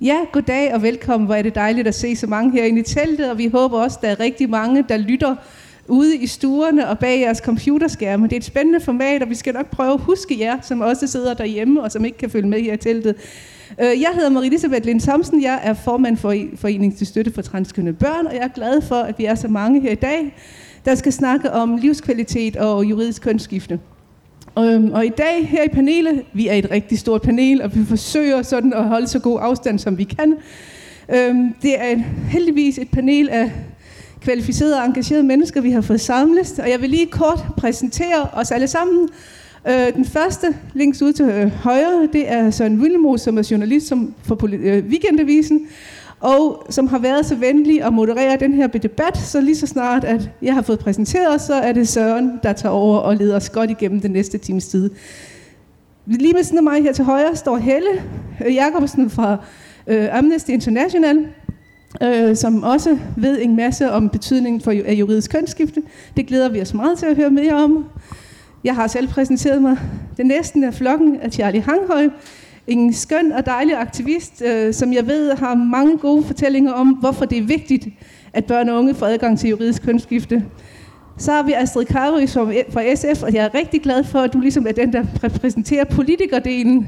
Ja, goddag og velkommen. Hvor er det dejligt at se så mange herinde i teltet, og vi håber også, der er rigtig mange, der lytter ude i stuerne og bag jeres computerskærme. Det er et spændende format, og vi skal nok prøve at huske jer, som også sidder derhjemme og som ikke kan følge med her i teltet. Jeg hedder Marie Elisabeth Lind Thomsen. Jeg er formand for Foreningen til Støtte for Transkønnede Børn, og jeg er glad for, at vi er så mange her i dag, der skal snakke om livskvalitet og juridisk kønsskifte. Og i dag her i panelet, vi er et rigtig stort panel, og vi forsøger sådan at holde så god afstand, som vi kan. Det er heldigvis et panel af kvalificerede og engagerede mennesker, vi har fået samlet, og jeg vil lige kort præsentere os alle sammen. Den første, længst ud til højre, det er Søren Willemoes, som er journalist for Weekendavisen, og som har været så venlig at moderere den her debat, så lige så snart, at jeg har fået præsenteret os, så er det Søren, der tager over og leder os godt igennem den næste times tid. Lige ved siden af mig her til højre står Helle Jacobsen fra Amnesty International, som også ved en masse om betydningen af juridisk kønsskifte. Det glæder vi os meget til at høre mere om. Jeg har selv præsenteret mig. Den næsten af flokken er Charlie Hanghøj, en skøn og dejlig aktivist, som jeg ved har mange gode fortællinger om, hvorfor det er vigtigt, at børn og unge får adgang til juridisk kønsskifte. Så har vi Astrid Carøe fra SF, og jeg er rigtig glad for, at du ligesom er den, der repræsenterer politikerdelen.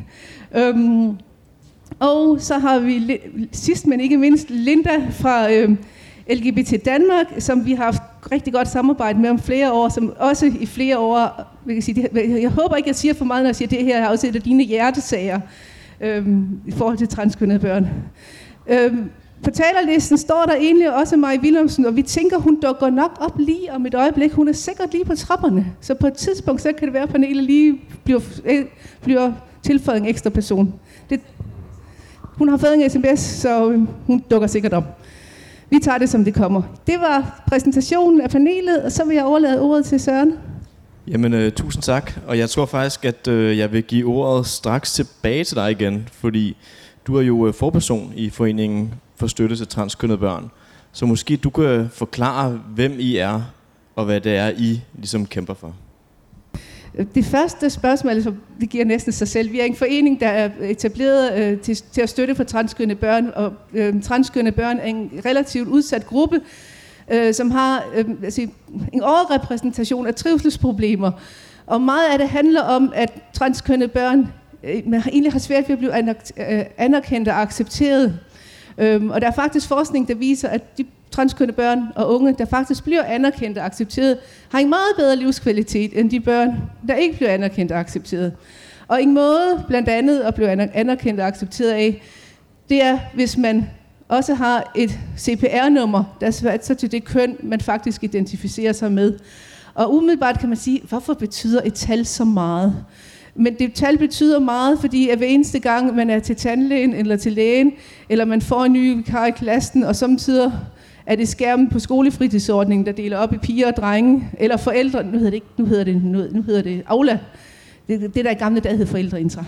Og så har vi sidst, men ikke mindst, Linda fra LGBT Danmark, som vi har haft rigtig godt samarbejde med om flere år, som også i flere år, jeg håber ikke, jeg siger for meget, når jeg siger det her, er også et af dine hjertesager i forhold til transkønnede børn. På talerlisten står der egentlig også Maja Willumsen, og vi tænker, hun dukker nok op lige om et øjeblik. Hun er sikkert lige på trapperne, så på et tidspunkt, så kan det være, at panelet lige bliver tilføjet en ekstra person. Hun har fået en sms, så hun dukker sikkert op. Vi tager det, som det kommer. Det var præsentationen af panelet, og så vil jeg overlade ordet til Søren. Jamen, tusind tak. Og jeg tror faktisk, at jeg vil give ordet straks tilbage til dig igen, fordi du er jo forperson i Foreningen for Støtte til Transkønnede Børn. Så måske du kan forklare, hvem I er, og hvad det er, I ligesom kæmper for. Det første spørgsmål, altså, det giver næsten sig selv. Vi er en forening, der er etableret til at støtte for transkønnede børn, og transkønnede børn er en relativt udsat gruppe, som har en overrepræsentation af trivselsproblemer. Og meget af det handler om, at transkønnede børn egentlig har svært ved at blive anerkendt og accepteret. Og der er faktisk forskning, der viser, at de transkønnede børn og unge, der faktisk bliver anerkendt og accepteret, har en meget bedre livskvalitet end de børn, der ikke bliver anerkendt og accepteret. Og en måde blandt andet at blive anerkendt og accepteret af, det er, hvis man også har et CPR-nummer, der er så til det køn, man faktisk identificerer sig med. Og umiddelbart kan man sige, hvorfor betyder et tal så meget? Men det tal betyder meget, fordi at hver eneste gang, man er til tandlægen eller til lægen, eller man får en ny vikar i klassen, og samtidig er det skærmen på skolefritidsordningen, der deler op i piger og drenge, eller forældre, nu hedder det Aula. Det der i gamle dage hed forældreintra.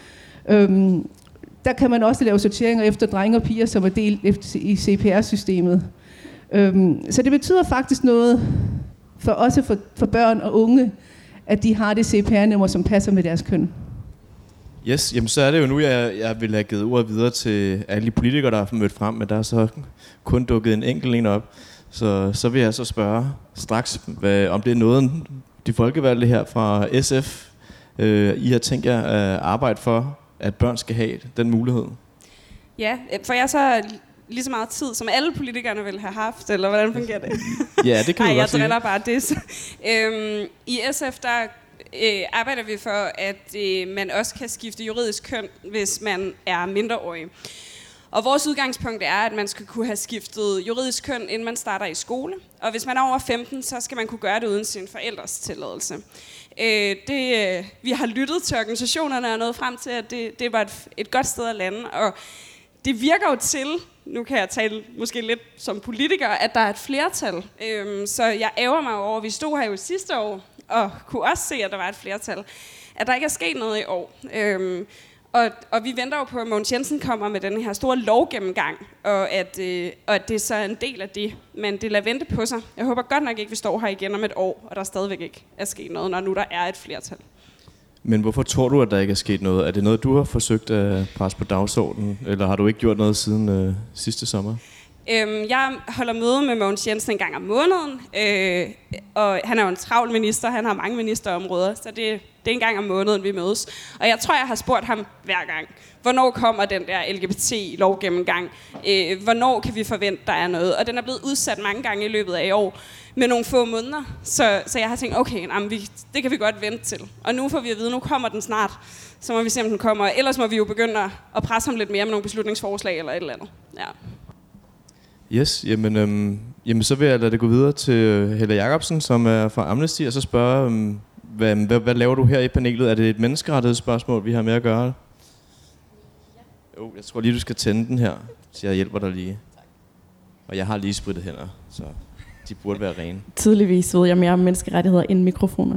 Der kan man også lave sorteringer efter drenge og piger, som er delt i CPR-systemet. Så det betyder faktisk noget for børn og unge, at de har det CPR-nummer, som passer med deres køn. Yes, jamen så er det jo nu, jeg vil have givet ordet videre til alle de politikere, der har mødt frem, men der er så kun dukket en enkelt en op. Så vil jeg så spørge straks, om det er noget, de folkevalgte her fra SF, I har tænkt jer at arbejde for, at børn skal have den mulighed. Ja, for jeg så lige så meget tid, som alle politikerne ville have haft, eller hvordan fungerer det? Ja, det kan du godt sige. Jeg driller bare det. I SF, der arbejder vi for, at man også kan skifte juridisk køn, hvis man er mindreårig. Og vores udgangspunkt er, at man skal kunne have skiftet juridisk køn, inden man starter i skole. Og hvis man er over 15, så skal man kunne gøre det uden sin forældres tilladelse. Vi har lyttet til organisationerne og nået frem til, at det var et godt sted at lande. Og det virker jo til, nu kan jeg tale måske lidt som politiker, at der er et flertal. Så jeg ærger mig over, vi stod her jo sidste år, og kunne også se, at der var et flertal, at der ikke er sket noget i år. Og vi venter jo på, at Mogens Jensen kommer med den her store lovgennemgang, og at det så er en del af det. Men det lader vente på sig. Jeg håber godt nok ikke, vi står her igen om et år, og der stadigvæk ikke er sket noget, når nu der er et flertal. Men hvorfor tror du, at der ikke er sket noget? Er det noget, du har forsøgt at presse på dagsordenen, eller har du ikke gjort noget siden sidste sommer? Jeg holder møde med Mogens Jensen en gang om måneden, og han er jo en travl minister, han har mange ministerområder, så det er en gang om måneden, vi mødes. Og jeg tror, jeg har spurgt ham hver gang, hvornår kommer den der LGBT-lovgennemgang? Hvornår kan vi forvente, der er noget? Og den er blevet udsat mange gange i løbet af i år, med nogle få måneder. Så jeg har tænkt, okay, det kan vi godt vente til. Og nu får vi at vide, nu kommer den snart. Så må vi se, om den kommer. Ellers må vi jo begynde at presse ham lidt mere med nogle beslutningsforslag eller et eller andet. Ja. Yes, jamen så vil jeg lade det gå videre til Helle Jacobsen, som er fra Amnesty, og så spørge, hvad laver du her i panelet? Er det et menneskerettighedsspørgsmål, vi har med at gøre? Jo, jeg tror lige, du skal tænde den her, så jeg hjælper dig lige. Og jeg har lige sprittet hænder, så de burde være rene. Tydeligvis ved jeg mere om menneskerettigheder end mikrofoner.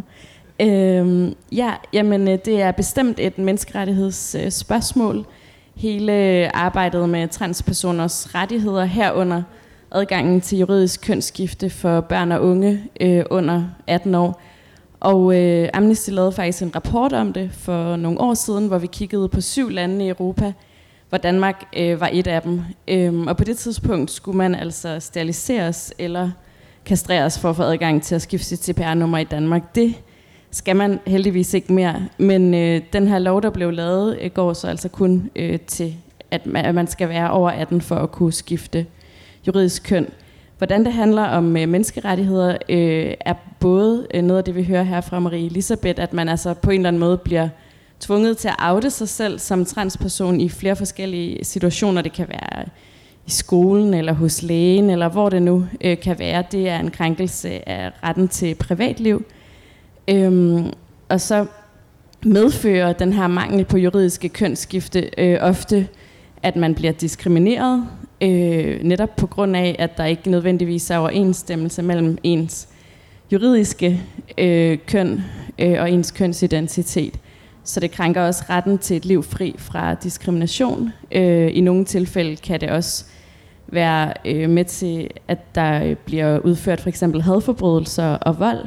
Det er bestemt et menneskerettighedsspørgsmål. Hele arbejdet med transpersoners rettigheder herunder adgangen til juridisk kønsskifte for børn og unge under 18 år. Og Amnesty lavede faktisk en rapport om det for nogle år siden, hvor vi kiggede på 7 lande i Europa, hvor Danmark var et af dem. Og på det tidspunkt skulle man altså steriliseres eller kastreres for at få adgang til at skifte sit CPR-nummer i Danmark. Det skal man heldigvis ikke mere, men den her lov, der blev lavet, går så altså kun til, at man skal være over 18 for at kunne skifte juridisk køn. Hvordan det handler om menneskerettigheder, er både noget af det, vi hører her fra Marie Elisabeth, at man altså på en eller anden måde bliver tvunget til at oute sig selv som transperson i flere forskellige situationer. Det kan være i skolen, eller hos lægen, eller hvor det nu kan være. Det er en krænkelse af retten til privatliv. Og så medfører den her mangel på juridiske kønsskifte ofte, at man bliver diskrimineret, netop på grund af, at der ikke nødvendigvis er overensstemmelse mellem ens juridiske køn og ens kønsidentitet. Så det krænker også retten til et liv fri fra diskrimination. I nogle tilfælde kan det også være med til, at der bliver udført for eksempel hadforbrydelser og vold.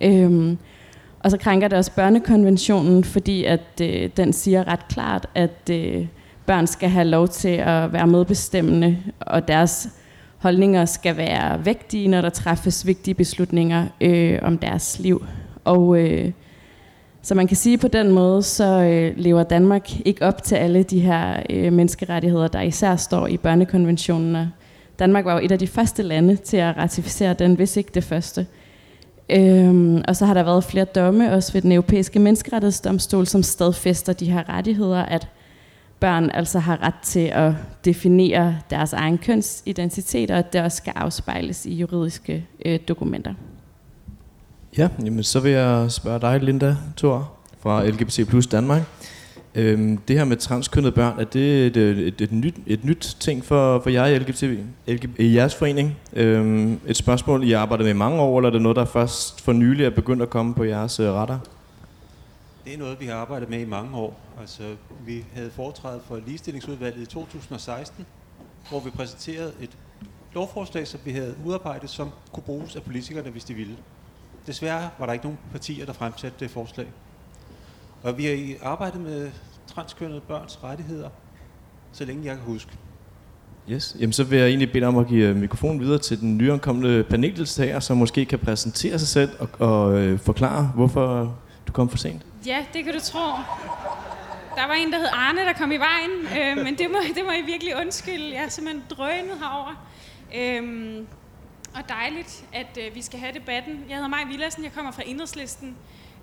Og så krænker det også børnekonventionen, fordi at den siger ret klart, at børn skal have lov til at være medbestemmende, og deres holdninger skal være vægtige, når der træffes vigtige beslutninger om deres liv. Og så man kan sige på den måde, så lever Danmark ikke op til alle de her menneskerettigheder, der især står i børnekonventionen. Danmark var jo et af de første lande til at ratificere den, hvis ikke det første. Og så har der været flere domme, også ved den europæiske menneskerettighedsdomstol, som stadfæster de her rettigheder, at børn altså har ret til at definere deres egen kønsidentitet, og at det også skal afspejles i juridiske dokumenter. Ja, jamen så vil jeg spørge dig, Linda Thor fra LGBT Plus Danmark. Det her med transkønnede børn, er det et nyt ting for jer i i jeres forening? Et spørgsmål, I arbejder med i mange år, eller er det noget, der først for nylig er begyndt at komme på jeres retter? Det er noget, vi har arbejdet med i mange år. Altså, vi havde foretrædet for ligestillingsudvalget i 2016, hvor vi præsenterede et lovforslag, som vi havde udarbejdet, som kunne bruges af politikerne, hvis de ville. Desværre var der ikke nogen partier, der fremsatte det forslag. Og vi har arbejdet med transkønnede børns rettigheder, så længe jeg kan huske. Yes. Jamen så vil jeg egentlig bede dig om at give mikrofonen videre til den nyankomne paneldeltager, som måske kan præsentere sig selv og forklare, hvorfor du kom for sent. Ja, det kan du tro. Der var en, der hed Arne, der kom i vejen, men det må I virkelig undskylde. Jeg er simpelthen drønet herover. Og dejligt, at vi skal have debatten. Jeg hedder Maj Villadsen, jeg kommer fra Enhedslisten.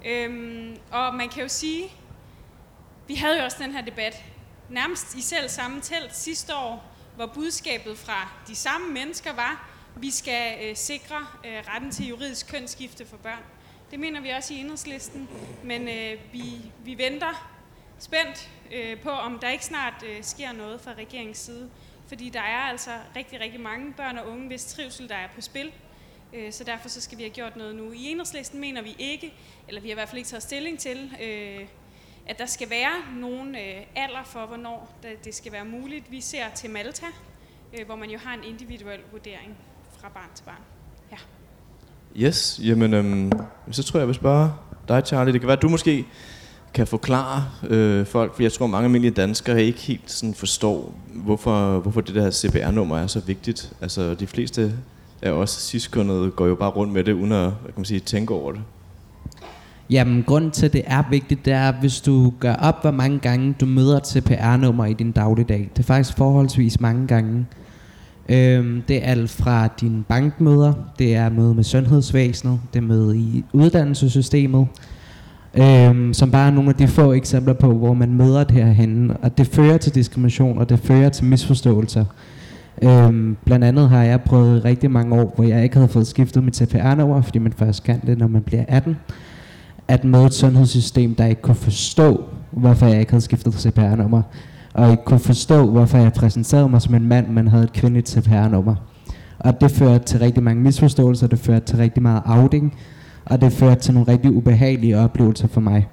Og man kan jo sige, vi havde jo også den her debat nærmest i selv samme telt sidste år, hvor budskabet fra de samme mennesker var, vi skal sikre retten til juridisk kønsskifte for børn. Det mener vi også i Enhedslisten, men vi venter spændt på, om der ikke snart sker noget fra regeringens side. Fordi der er altså rigtig, rigtig mange børn og unge, hvis trivsel der er på spil. Så derfor så skal vi have gjort noget nu. I Enhedslisten mener vi ikke, eller vi har i hvert fald ikke taget stilling til, at der skal være nogen alder for, hvornår det skal være muligt. Vi ser til Malta, hvor man jo har en individuel vurdering fra barn til barn. Ja. Yes, jamen så tror jeg vil spørge dig, Charlie. Det kan være, at du måske kan forklare folk, for jeg tror mange almindelige danskere ikke helt sådan forstår, hvorfor det der CPR-nummer er så vigtigt. Altså de fleste af os cis-kønnede går jo bare rundt med det, uden at tænke over det. Jamen, grunden til, at det er vigtigt, det er, hvis du gør op, hvor mange gange du møder et CPR-nummer i din dagligdag. Det er faktisk forholdsvis mange gange. Det er alt fra dine bankmøder, det er møde med sundhedsvæsenet, det er møde i uddannelsessystemet, som bare er nogle af de få eksempler på, hvor man møder det herhenne. Og det fører til diskrimination, og det fører til misforståelser. Blandt andet har jeg prøvet rigtig mange år, hvor jeg ikke havde fået skiftet mit CPR-nummer, fordi man først kan det, når man bliver 18, at møde et sundhedssystem, der ikke kunne forstå, hvorfor jeg ikke havde skiftet CPR-nummer, og ikke kunne forstå, hvorfor jeg præsenterede mig som en mand, men havde et kvindeligt CPR-nummer. Og det førte til rigtig mange misforståelser, det førte til rigtig meget outing, og det førte til nogle rigtig ubehagelige oplevelser for mig.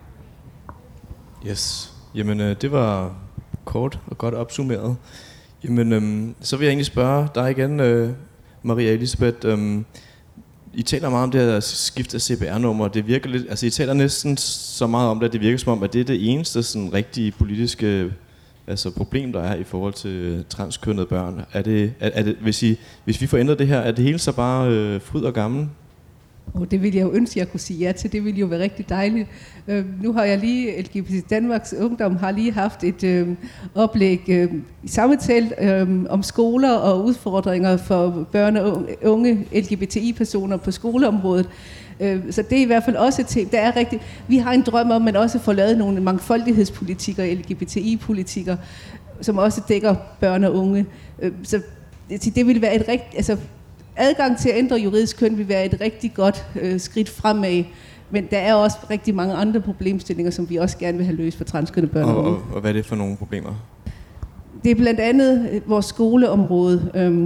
Yes. Jamen, det var kort og godt opsummeret. Jamen, så vil jeg egentlig spørge dig igen, Maria Elisabeth. I taler meget om det her skift af CPR-nummer. Det virker lidt, altså I taler næsten så meget om det, at det virker som om, at det er det eneste sådan rigtige politiske problem, der er i forhold til transkønnede børn. Er det hvis vi får ændret det her, er det hele så bare fryd og gammel? Det ville jeg jo ønske, jeg kunne sige ja til. Det ville jo være rigtig dejligt. Nu har jeg lige, LGBT Danmarks Ungdom har lige haft et oplæg i samme telt om skoler og udfordringer for børn og unge LGBTI-personer på skoleområdet. Så det er i hvert fald også et tema. Der er rigtigt. Vi har en drøm om, at man også får lavet nogle mangfoldighedspolitikker, LGBTI-politikker, som også dækker børn og unge. Så det vil være et rigtigt... Adgang til at ændre juridisk køn vil være et rigtig godt skridt fremad, men der er også rigtig mange andre problemstillinger, som vi også gerne vil have løst for transkønnede børn og unge. Og hvad er det for nogle problemer? Det er blandt andet vores skoleområde,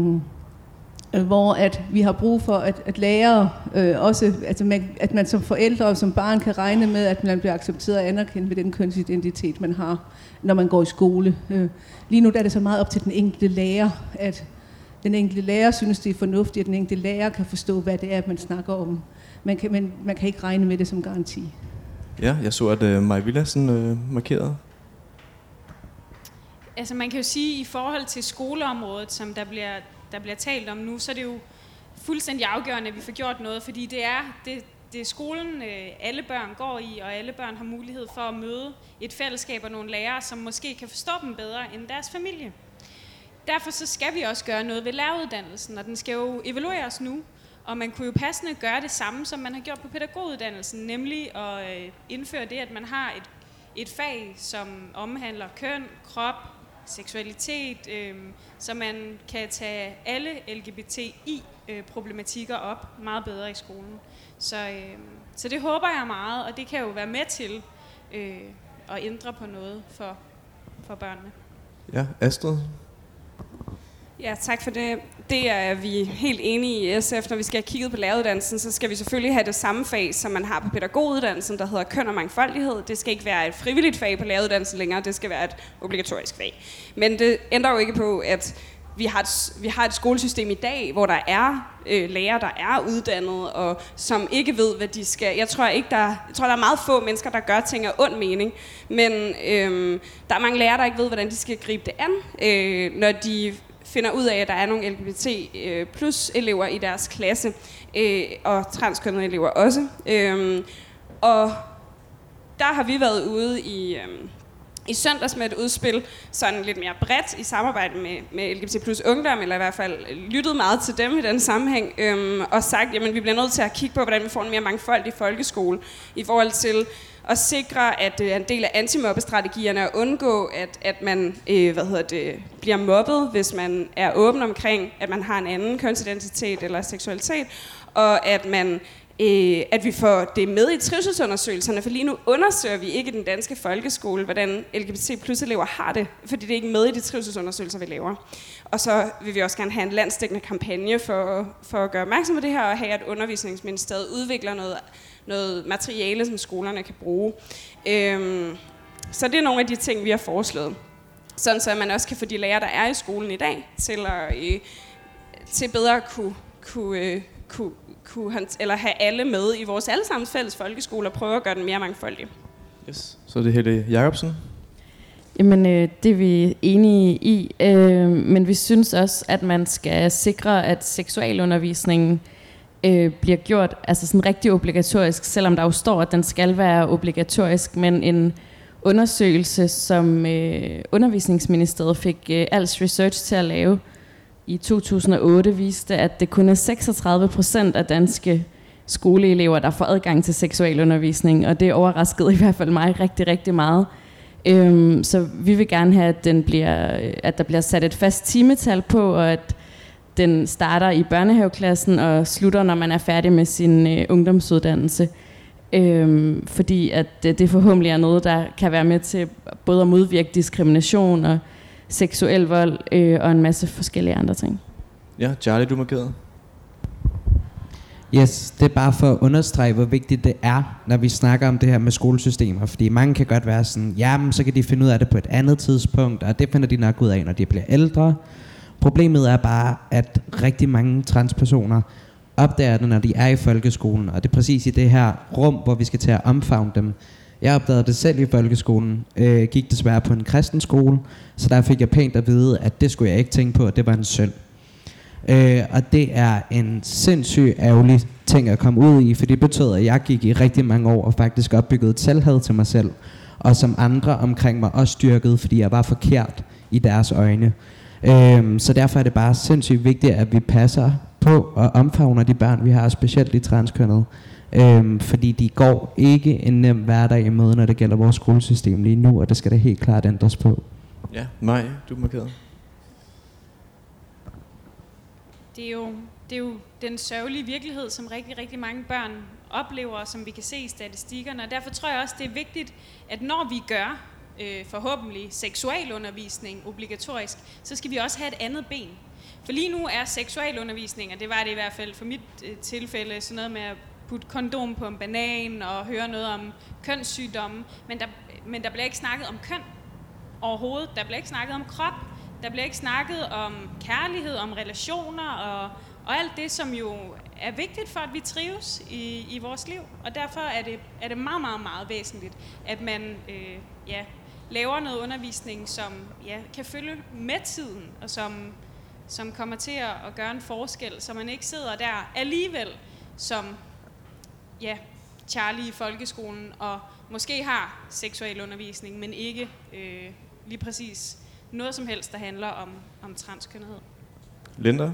hvor at vi har brug for, at lærere også, at man som forældre og som barn kan regne med, at man bliver accepteret og anerkendt ved den kønsidentitet, man har, når man går i skole. Lige nu der er det så meget op til den enkelte lærer, at den enkelte lærer synes, det er fornuftigt, at den enkelte lærer kan forstå, hvad det er, man snakker om. Man kan ikke regne med det som garanti. Ja, jeg så, at Maja Villadsen markerede. Altså man kan jo sige, i forhold til skoleområdet, som der bliver talt om nu, så er det jo fuldstændig afgørende, at vi får gjort noget, fordi det er skolen, alle børn går i, og alle børn har mulighed for at møde et fællesskab og nogle lærere, som måske kan forstå dem bedre end deres familie. Derfor så skal vi også gøre noget ved læreruddannelsen, og den skal jo evalueres nu. Og man kunne jo passende gøre det samme, som man har gjort på pædagoguddannelsen, nemlig at indføre det, at man har et fag, som omhandler køn, krop, seksualitet, så man kan tage alle LGBTI-problematikker op meget bedre i skolen. Så det håber jeg meget, og det kan jo være med til at ændre på noget for børnene. Ja, Astrid? Ja, tak for det. Det er vi helt enige i SF. Når vi skal have kigget på læreruddannelsen, så skal vi selvfølgelig have det samme fag, som man har på pædagoguddannelsen, der hedder køn og mangfoldighed. Det skal ikke være et frivilligt fag på læreruddannelsen længere, det skal være et obligatorisk fag. Men det ændrer jo ikke på, at vi har et skolesystem i dag, hvor der er lærere, der er uddannet, og som ikke ved, hvad de skal. Jeg tror, der er meget få mennesker, der gør ting af ond mening, men der er mange lærere, der ikke ved, hvordan de skal gribe det an, når de finder ud af, at der er nogle LGBT plus elever i deres klasse, og transkønnede elever også. Og der har vi været ude i søndags med et udspil, sådan lidt mere bredt i samarbejde med LGBT plus ungdom, eller i hvert fald lyttet meget til dem i den sammenhæng, og sagt, jamen vi bliver nødt til at kigge på, hvordan vi får en mere mangfoldig folkeskole, i forhold til at sikre, at det er en del af antimobbestrategierne at undgå, at man bliver mobbet, hvis man er åben omkring, at man har en anden kønsidentitet eller seksualitet, og at vi får det med i trivselsundersøgelserne, for lige nu undersøger vi ikke i den danske folkeskole, hvordan LGBT plus elever har det, fordi det er ikke med i de trivselsundersøgelser, vi laver. Og så vil vi også gerne have en landsdækkende kampagne for at gøre opmærksom på det her, og have, at Undervisningsministeriet udvikler noget materiale, som skolerne kan bruge. Så det er nogle af de ting, vi har foreslået. Sådan så man også kan få de lærere, der er i skolen i dag, til bedre at kunne have alle med i vores allesammens fælles folkeskole og prøve at gøre den mere mangfoldig. Yes. Så er det Helle Jacobsen. Jamen, det er vi enige i, men vi synes også, at man skal sikre, at seksualundervisningen bliver gjort altså sådan rigtig obligatorisk, selvom der jo står, at den skal være obligatorisk, men en undersøgelse, som Undervisningsministeriet fik Als Research til at lave i 2008, viste, at det kun er 36% af danske skoleelever, der får adgang til seksualundervisning, og det overraskede i hvert fald mig rigtig, rigtig meget. Så vi vil gerne have, at der bliver sat et fast timetal på, og at den starter i børnehaveklassen og slutter, når man er færdig med sin ungdomsuddannelse. Fordi at det forhåbentlig er noget, der kan være med til både at modvirke diskrimination og seksuel vold og en masse forskellige andre ting. Ja, Charlie, du markerede. Yes, det er bare for at understrege, hvor vigtigt det er, når vi snakker om det her med skolesystemer. Fordi mange kan godt være sådan, jamen så kan de finde ud af det på et andet tidspunkt, og det finder de nok ud af, når de bliver ældre. Problemet er bare, at rigtig mange transpersoner opdager det, når de er i folkeskolen, og det er præcis i det her rum, hvor vi skal til at omfavne dem. Jeg opdagede det selv i folkeskolen, gik desværre på en kristen skole, så der fik jeg pænt at vide, at det skulle jeg ikke tænke på, at det var en synd. Og det er en sindssygt ærgerlig ting at komme ud i, for det betød, at jeg gik i rigtig mange år og faktisk opbyggede et selvhad til mig selv, og som andre omkring mig også styrkede, fordi jeg var forkert i deres øjne. Så derfor er det bare sindssygt vigtigt, at vi passer på og omfavner de børn, vi har, specielt de transkønnede. Fordi de går ikke en nem hverdag i møde, når det gælder vores skolesystem lige nu, og det skal der helt klart ændres på. Ja, Maj, du markerede. Det er jo den sørgelige virkelighed, som rigtig, rigtig mange børn oplever, og som vi kan se i statistikkerne. Og derfor tror jeg også, det er vigtigt, at når vi gør forhåbentlig seksualundervisning obligatorisk, så skal vi også have et andet ben. For lige nu er seksualundervisning, og det var det i hvert fald for mit tilfælde, sådan noget med at putte kondom på en banan og høre noget om kønssygdomme, men der bliver ikke snakket om køn overhovedet. Der bliver ikke snakket om krop. Der bliver ikke snakket om kærlighed, om relationer og alt det, som jo er vigtigt for, at vi trives i vores liv. Og derfor er det meget, meget, meget væsentligt, at man laver noget undervisning, som kan følge med tiden, og som kommer til at gøre en forskel, så man ikke sidder der alligevel som Charlie i folkeskolen og måske har seksuel undervisning, men ikke lige præcis noget som helst, der handler om transkønnethed. Linda?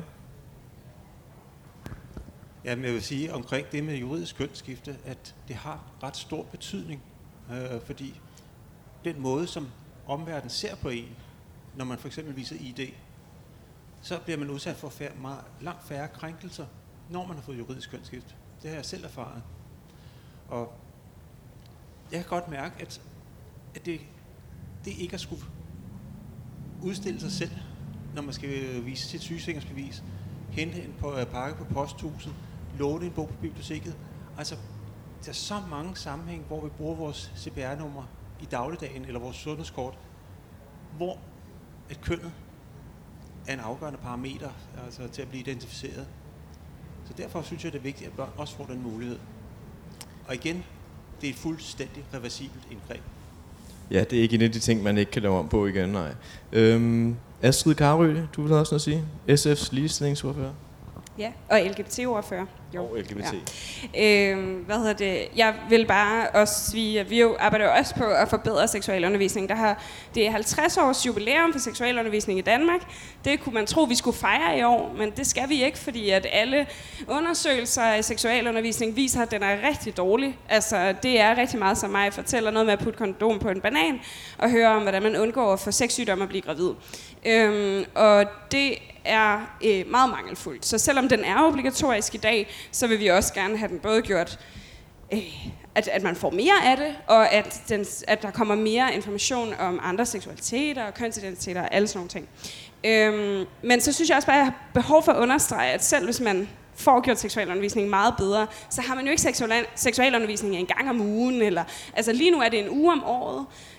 Jamen, jeg vil sige omkring det med juridisk kønsskifte, at det har ret stor betydning, fordi den måde, som omverdenen ser på en, når man for eksempel viser ID, så bliver man udsat for langt færre krænkelser, når man har fået juridisk kønsskifte. Det har jeg selv erfaret. Og jeg kan godt mærke, at det ikke at skulle udstille sig selv, når man skal vise sit sygesikringsbevis, hente en pakke på posthuset, låne en bog på biblioteket. Altså, der er så mange sammenhæng, hvor vi bruger vores CPR-nummer i dagligdagen, eller vores sundhedskort, hvor et kønnet er en afgørende parameter altså til at blive identificeret. Så derfor synes jeg, det er vigtigt, at børn også får den mulighed. Og igen, det er et fuldstændig reversibelt indgreb. Ja, det er ikke en af de ting, man ikke kan lave om på igen, nej. Astrid Carøe, du vil også noget at sige? SF's ligestillingsordfører. Ja, og LGBT-ordfører. Jo. Og LGBT. Ja. Jeg vil bare også sige, at vi jo arbejder jo også på at forbedre seksualundervisning. Det er 50 års jubilæum for seksualundervisning i Danmark. Det kunne man tro, vi skulle fejre i år, men det skal vi ikke, fordi at alle undersøgelser af seksualundervisning viser, at den er rigtig dårlig. Altså, det er rigtig meget, som mig fortæller noget med at putte kondom på en banan, og høre om, hvordan man undgår at få sexsygdomme og blive gravid. Og det er meget mangelfuldt. Så selvom den er obligatorisk i dag, så vil vi også gerne have den både gjort, at man får mere af det, og at der kommer mere information om andre seksualiteter og kønsidentiteter og alle sådan nogle ting. Men så synes jeg også bare, at jeg har behov for at understrege, at selv hvis man får gjort seksualundervisning meget bedre, så har man jo ikke seksualundervisning en gang om ugen. Altså lige nu er det en uge om året.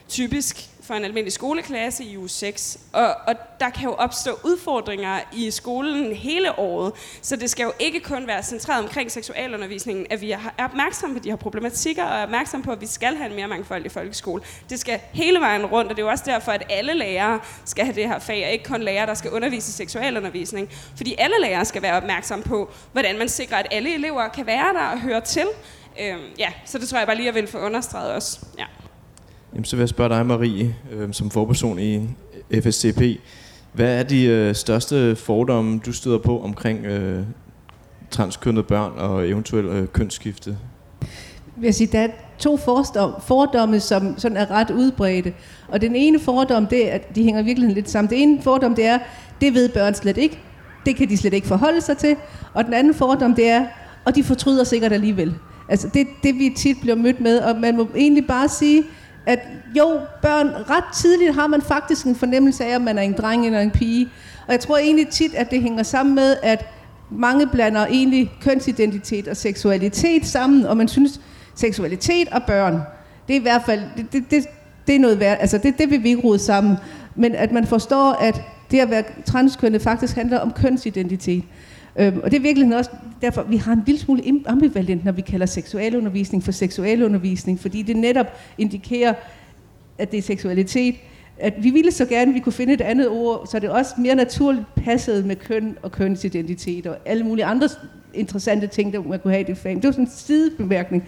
typisk for en almindelig skoleklasse i uge 6. Og der kan jo opstå udfordringer i skolen hele året, så det skal jo ikke kun være centreret omkring seksualundervisningen, at vi er opmærksomme på de her problematikker, og er opmærksomme på, at vi skal have en mere mangfoldig folkeskole. Det skal hele vejen rundt, og det er jo også derfor, at alle lærere skal have det her fag, og ikke kun lærere, der skal undervise i seksualundervisning. Fordi alle lærere skal være opmærksomme på, hvordan man sikrer, at alle elever kan være der og høre til. Så det tror jeg bare lige, jeg vil få understreget også. Ja. Jamen, så vil jeg spørge dig, Marie, som forperson i FSCP. Hvad er de største fordomme, du støder på omkring transkønnede børn og eventuelt kønsskifte? Jeg sige, der er 2 fordomme, som sådan er ret udbredte. Og den ene fordom, det er, at de hænger virkelig lidt sammen. Det ene fordom, det er, det ved børn slet ikke. Det kan de slet ikke forholde sig til. Og den anden fordom, det er, og de fortryder sikkert alligevel. Altså det vi tit bliver mødt med, og man må egentlig bare sige, at jo, børn ret tidligt har man faktisk en fornemmelse af, om man er en dreng eller en pige. Og jeg tror egentlig tit, at det hænger sammen med, at mange blander egentlig kønsidentitet og seksualitet sammen, og man synes, seksualitet og børn, det er i hvert fald, det er noget værd, altså det vil vi ikke rode sammen. Men at man forstår, at det at være transkønnet faktisk handler om kønsidentitet. Og det er virkelig også derfor, vi har en lille smule ambivalent, når vi kalder seksualundervisning for seksualundervisning, fordi det netop indikerer, at det er seksualitet. At vi ville så gerne, at vi kunne finde et andet ord, så det også mere naturligt passede med køn og kønsidentitet og alle mulige andre interessante ting, der man kunne have i det fag. Det var sådan en sidebemærkning.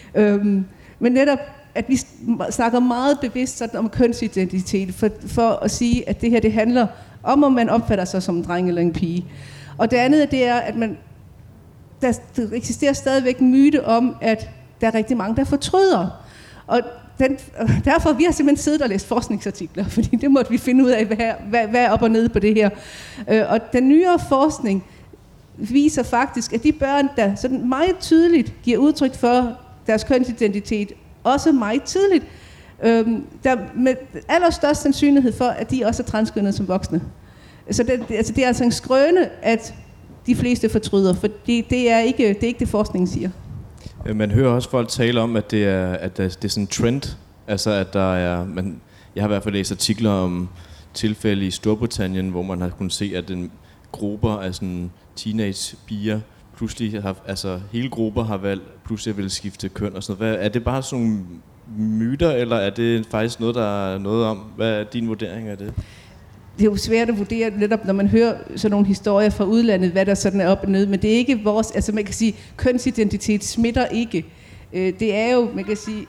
Men netop, at vi snakker meget bevidst sådan om kønsidentitet, for at sige, at det her det handler om man opfatter sig som en dreng eller en pige. Og det andet, det er, at der eksisterer stadigvæk en myte om, at der er rigtig mange, der fortryder. Og derfor vi har simpelthen siddet og læst forskningsartikler, fordi det måtte vi finde ud af, hvad er op og ned på det her. Og den nyere forskning viser faktisk, at de børn, der sådan meget tydeligt giver udtryk for deres kønsidentitet, også meget tidligt, der med allerstørst sandsynlighed for, at de også er transkønnede som voksne. Så det er altså en skrøne, at de fleste fortryder, for det er ikke det forskningen siger. Man hører også folk tale om, at det er sådan en trend, altså at der er, jeg har i hvert fald læst artikler om tilfælde i Storbritannien, hvor man har kunnet se, at grupper af sådan teenage-piger pludselig har, altså hele grupper har valgt pludselig at ville skifte køn og sådan noget. Er det bare sådan nogle myter, eller er det faktisk noget, der er noget om? Hvad er din vurdering af det? Det er jo svært at vurdere netop, når man hører sådan nogle historier fra udlandet, hvad der sådan er op og ned, men det er ikke vores, altså man kan sige, kønsidentitet smitter ikke. Det er jo, man kan sige,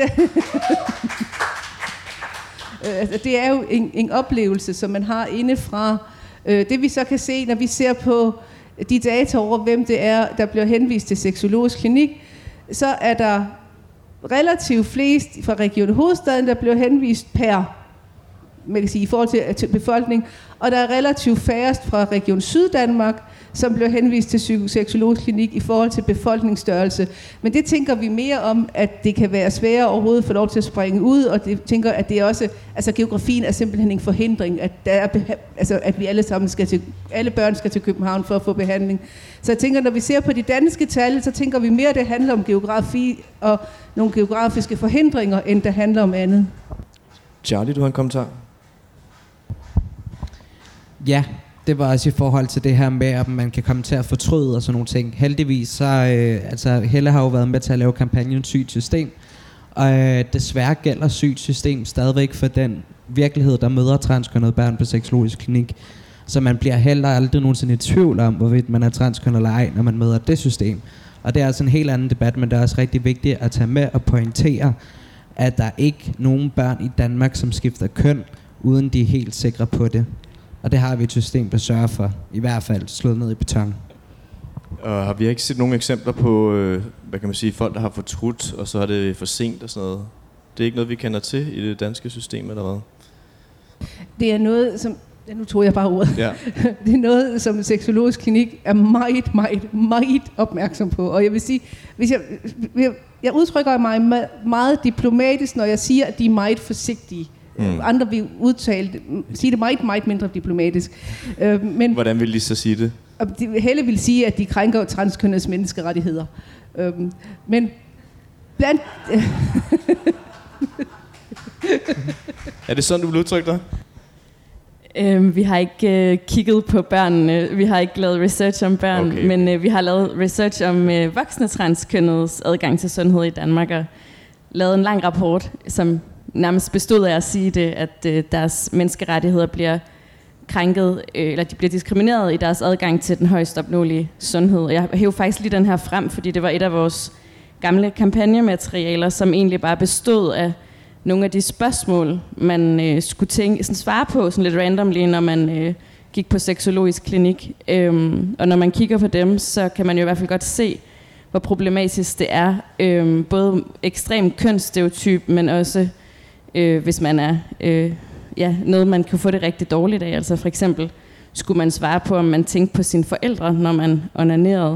det er jo en oplevelse, som man har indefra. Det vi så kan se, når vi ser på de data over, hvem det er, der bliver henvist til sexologisk klinik, så er der relativt flest fra Region Hovedstaden, der bliver henvist per, man kan sige, i forhold til befolkning, og der er relativt færrest fra Region Syddanmark, som bliver henvist til sexologisk klinik i forhold til befolkningsstørrelse. Men det tænker vi mere om, at det kan være sværere overhovedet at få lov til at springe ud, og det tænker, at det er også, altså geografien er simpelthen en forhindring, at der er, altså at vi alle sammen alle børn skal til København for at få behandling. Så jeg tænker, når vi ser på de danske tal, så tænker vi mere, at det handler om geografi og nogle geografiske forhindringer, end det handler om andet. Charlie, du har en kommentar? Ja, det var også i forhold til det her med, at man kan komme til at fortryde og sådan nogle ting. Heldigvis så, Helle har jo været med til at lave kampagnen Sygt System, og desværre gælder Sygt System stadigvæk for den virkelighed, der møder transkønnede børn på sexologisk klinik. Så man bliver heller aldrig nogensinde i tvivl om, hvorvidt man er transkønnet eller ej, når man møder det system. Og det er altså en helt anden debat, men det er også rigtig vigtigt at tage med og pointere, at der ikke er nogen børn i Danmark, som skifter køn, uden de er helt sikre på det. Og det har vi et system, der sørger for, i hvert fald slået ned i beton. Og har vi ikke set nogle eksempler på, hvad kan man sige, folk, der har fortrudt, og så er det for sent og sådan noget? Det er ikke noget, vi kender til i det danske system, eller hvad? Det er noget, som... Ja, nu tog jeg bare ordet. Ja. Det er noget, som sexologisk klinik er meget, meget, meget opmærksom på. Og jeg vil sige, hvis jeg udtrykker mig meget diplomatisk, når jeg siger, at de er meget forsigtige. Andre vil sige det meget, meget mindre diplomatisk. Men hvordan vil de så sige det? Helle vil sige, at de krænker transkønnedes menneskerettigheder. Men blandt... Er det sådan, du vil udtrykke dig? Vi har ikke kigget på børnene, vi har ikke lavet research om børn, okay. Men vi har lavet research om voksne transkønnedes adgang til sundhed i Danmark, og lavet en lang rapport, som nærmest bestod af at sige det, at deres menneskerettigheder bliver krænket, eller de bliver diskrimineret i deres adgang til den højst opnåelige sundhed. Jeg hæver faktisk lige den her frem, fordi det var et af vores gamle kampagnematerialer, som egentlig bare bestod af nogle af de spørgsmål, man skulle svare på sådan lidt randomly, når man gik på seksologisk klinik. Og når man kigger på dem, så kan man jo i hvert fald godt se, hvor problematisk det er. Både ekstrem kønsstereotyp, men også hvis man er noget, man kan få det rigtig dårligt af. Altså for eksempel skulle man svare på, om man tænkte på sine forældre, når man onanerede.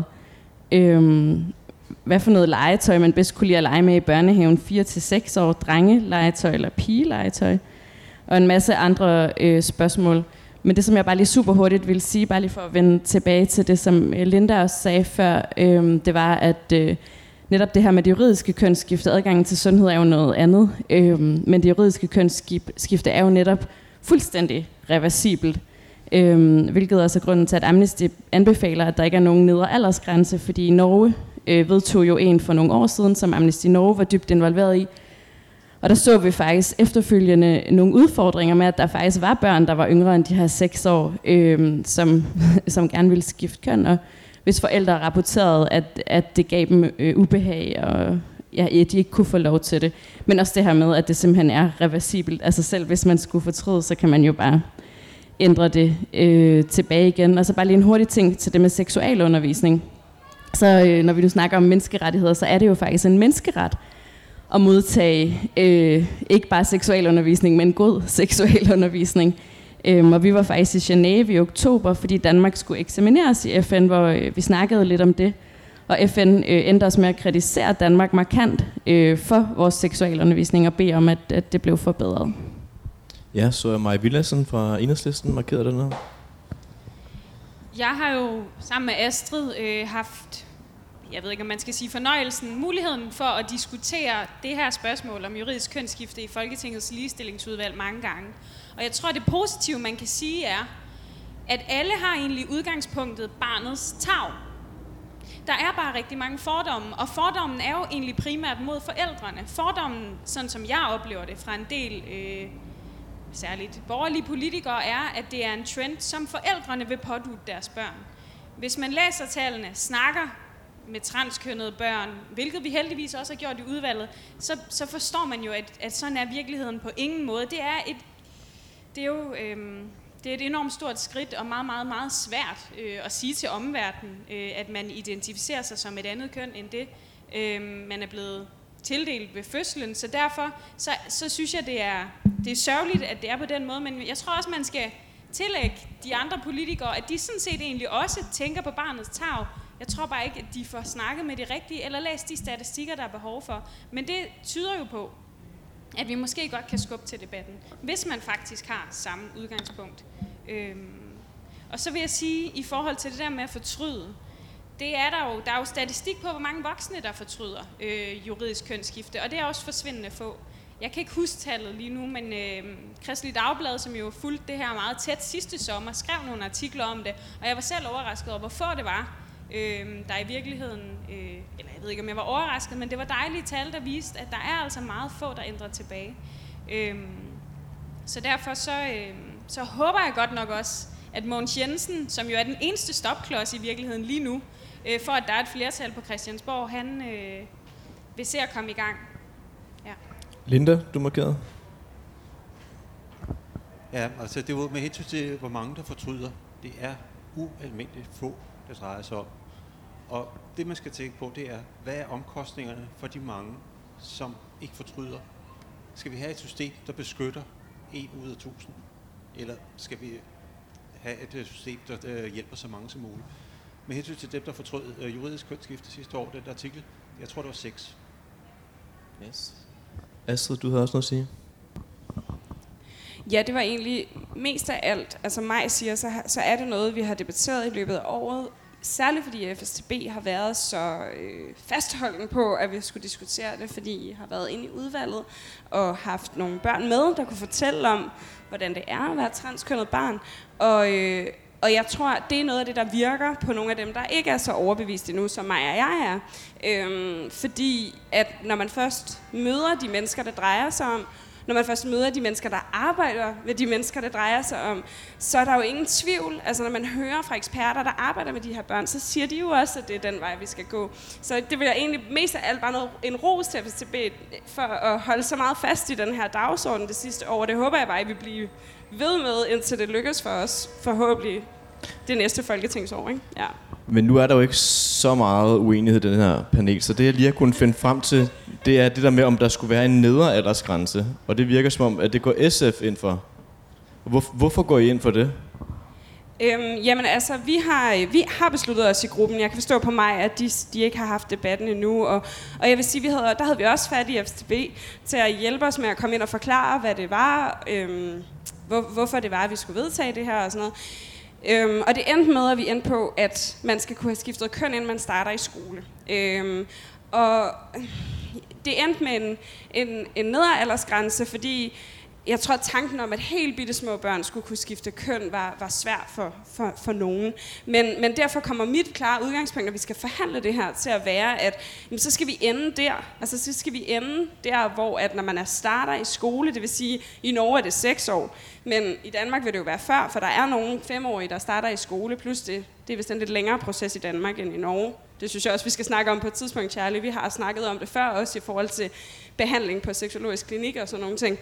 Hvad for noget legetøj man bedst kunne lide at lege med i børnehaven, 4-6 år, drengelegetøj eller pigelegetøj, og en masse andre spørgsmål. Men det, som jeg bare lige super hurtigt vil sige, bare lige for at vende tilbage til det, som Linda også sagde før, det var, at netop det her med det juridiske kønsskifte, adgangen til sundhed er jo noget andet, men det juridiske kønsskifte er jo netop fuldstændig reversibelt, hvilket også er grunden til, at Amnesty anbefaler, at der ikke er nogen nedre aldersgrænse, fordi i Norge vedtog jo en for nogle år siden, som Amnesty Norge var dybt involveret i. Og der så vi faktisk efterfølgende nogle udfordringer med, at der faktisk var børn, der var yngre end de her 6 år, som gerne ville skifte køn, og hvis forældre rapporterede, at det gav dem ubehag, og de ikke kunne få lov til det. Men også det her med, at det simpelthen er reversibelt. Altså selv hvis man skulle fortryde, så kan man jo bare ændre det tilbage igen. Og så bare lige en hurtig ting til det med seksualundervisning. Så når vi nu snakker om menneskerettigheder, så er det jo faktisk en menneskeret at modtage ikke bare seksualundervisning, men god seksualundervisning. Og vi var faktisk i Genève i oktober, fordi Danmark skulle eksamineres i FN, hvor vi snakkede lidt om det. Og FN endte os med at kritisere Danmark markant for vores seksualundervisning og bede om, at det blev forbedret. Ja, så er Maja Villadsen fra Enhedslisten markeret dernede. Jeg har jo sammen med Astrid haft, jeg ved ikke om man skal sige fornøjelsen, muligheden for at diskutere det her spørgsmål om juridisk kønsskifte i Folketingets ligestillingsudvalg mange gange. Og jeg tror, det positive, man kan sige, er, at alle har egentlig udgangspunktet barnets tarv. Der er bare rigtig mange fordomme, og fordommen er jo egentlig primært mod forældrene. Fordommen, sådan som jeg oplever det fra en del særligt borgerlige politikere, er, at det er en trend, som forældrene vil pådutte deres børn. Hvis man læser tallene, snakker med transkønnede børn, hvilket vi heldigvis også har gjort i udvalget, så forstår man jo, at sådan er virkeligheden på ingen måde. Det er et enormt stort skridt og meget, meget, meget svært at sige til omverdenen, at man identificerer sig som et andet køn end det, man er blevet tildelt ved fødslen. Så derfor så synes jeg, det er sørgeligt, at det er på den måde, men jeg tror også, man skal tillægge de andre politikere, at de sådan set egentlig også tænker på barnets tarv. Jeg tror bare ikke, at de får snakket med de rigtige, eller læst de statistikker, der er behov for. Men det tyder jo på, at vi måske godt kan skubbe til debatten, hvis man faktisk har samme udgangspunkt. Og så vil jeg sige, i forhold til det der med at fortryde, det er der er jo statistik på, hvor mange voksne, der fortryder juridisk kønsskifte, og det er også forsvindende få. Jeg kan ikke huske tallet lige nu, men Kristeligt Dagblad, som jo fulgte det her meget tæt sidste sommer, skrev nogle artikler om det, og jeg var selv overrasket over, hvor få det var, der i virkeligheden, eller jeg ved ikke, om jeg var overrasket, men det var dejlige tal, der viste, at der er altså meget få, der ændrer tilbage. Så derfor så håber jeg godt nok også, at Mogens Jensen, som jo er den eneste stopklods i virkeligheden lige nu, for at der er et flertal på Christiansborg, han vil se at komme i gang. Ja. Linda, du markerede. Ja, altså det var med hensyn til, hvor mange der fortryder. Det er ualmindeligt få, det drejer sig om. Og det, man skal tænke på, det er, hvad er omkostningerne for de mange, som ikke fortryder? Skal vi have et system, der beskytter 1 ud af 1000? Eller skal vi have et system, der hjælper så mange som muligt? Med hensyn til dem, der fortrød juridisk kønsskifte sidste år, den artikel, jeg tror, det var 6. Yes. Astrid, du havde også noget at sige? Ja, det var egentlig mest af alt. Altså Maj siger, så er det noget, vi har debatteret i løbet af året Særligt fordi FSTB har været så fastholden på, at vi skulle diskutere det, fordi I har været inde i udvalget og haft nogle børn med, der kunne fortælle om, hvordan det er at være transkønnet barn. Og jeg tror, det er noget af det, der virker på nogle af dem, der ikke er så overbevist endnu, som mig og jeg er. Fordi at når man først møder de mennesker, der drejer sig om, når man først møder de mennesker, der arbejder med de mennesker, der drejer sig om, så er der jo ingen tvivl. Altså når man hører fra eksperter, der arbejder med de her børn, så siger de jo også, at det er den vej, vi skal gå. Så det vil jeg egentlig mest af alt bare en ros til FSTB for at holde så meget fast i den her dagsorden det sidste år. Det håber jeg bare, at vi bliver ved med, indtil det lykkes for os, forhåbentlig det næste folketingsår, ikke? Ja. Men nu er der jo ikke så meget uenighed i den her panel, så det jeg lige har kunnet finde frem til, det er det der med, om der skulle være en nedre aldersgrænse. Og det virker som om, at det går SF ind for. Hvorfor går I ind for det? Jamen altså, vi har besluttet os i gruppen. Jeg kan forstå på mig, at de ikke har haft debatten endnu. Og jeg vil sige, der havde vi også fat i FSTB til at hjælpe os med at komme ind og forklare, hvad det var, hvorfor det var, at vi skulle vedtage det her og sådan noget. Og det endte med, at vi endte på, at man skal kunne have skiftet køn, inden man starter i skole. Og det endte med en nedre aldersgrænse, fordi jeg tror, at tanken om, at helt bitte små børn skulle kunne skifte køn, var svær for nogen. Men derfor kommer mit klare udgangspunkt, at vi skal forhandle det her til at være, at jamen, så skal vi ende der. Altså så skal vi ende der, hvor at når man starter i skole, det vil sige, i Norge er det 6 år, men i Danmark vil det jo være før, for der er nogle 5-årige, der starter i skole, plus det er vist en lidt længere proces i Danmark end i Norge. Det synes jeg også, vi skal snakke om på et tidspunkt, Charlie. Vi har snakket om det før, også i forhold til behandling på sexologisk klinik og sådan nogle ting.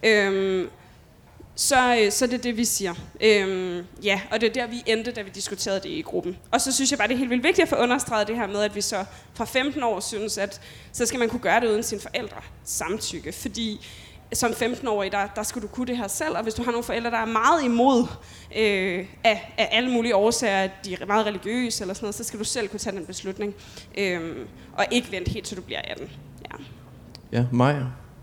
Så det er det, vi siger. Ja, og det er der, vi endte, da vi diskuterede det i gruppen. Og så synes jeg bare, det er helt vildt vigtigt at få understreget det her med, at vi så fra 15 år synes, at så skal man kunne gøre det uden sine forældre samtykke. Fordi som 15-årig, der skal du kunne det her selv, og hvis du har nogle forældre, der er meget imod af alle mulige årsager, de er meget religiøse eller sådan noget, så skal du selv kunne tage den beslutning, og ikke vente helt til du bliver 18. Ja, Maja?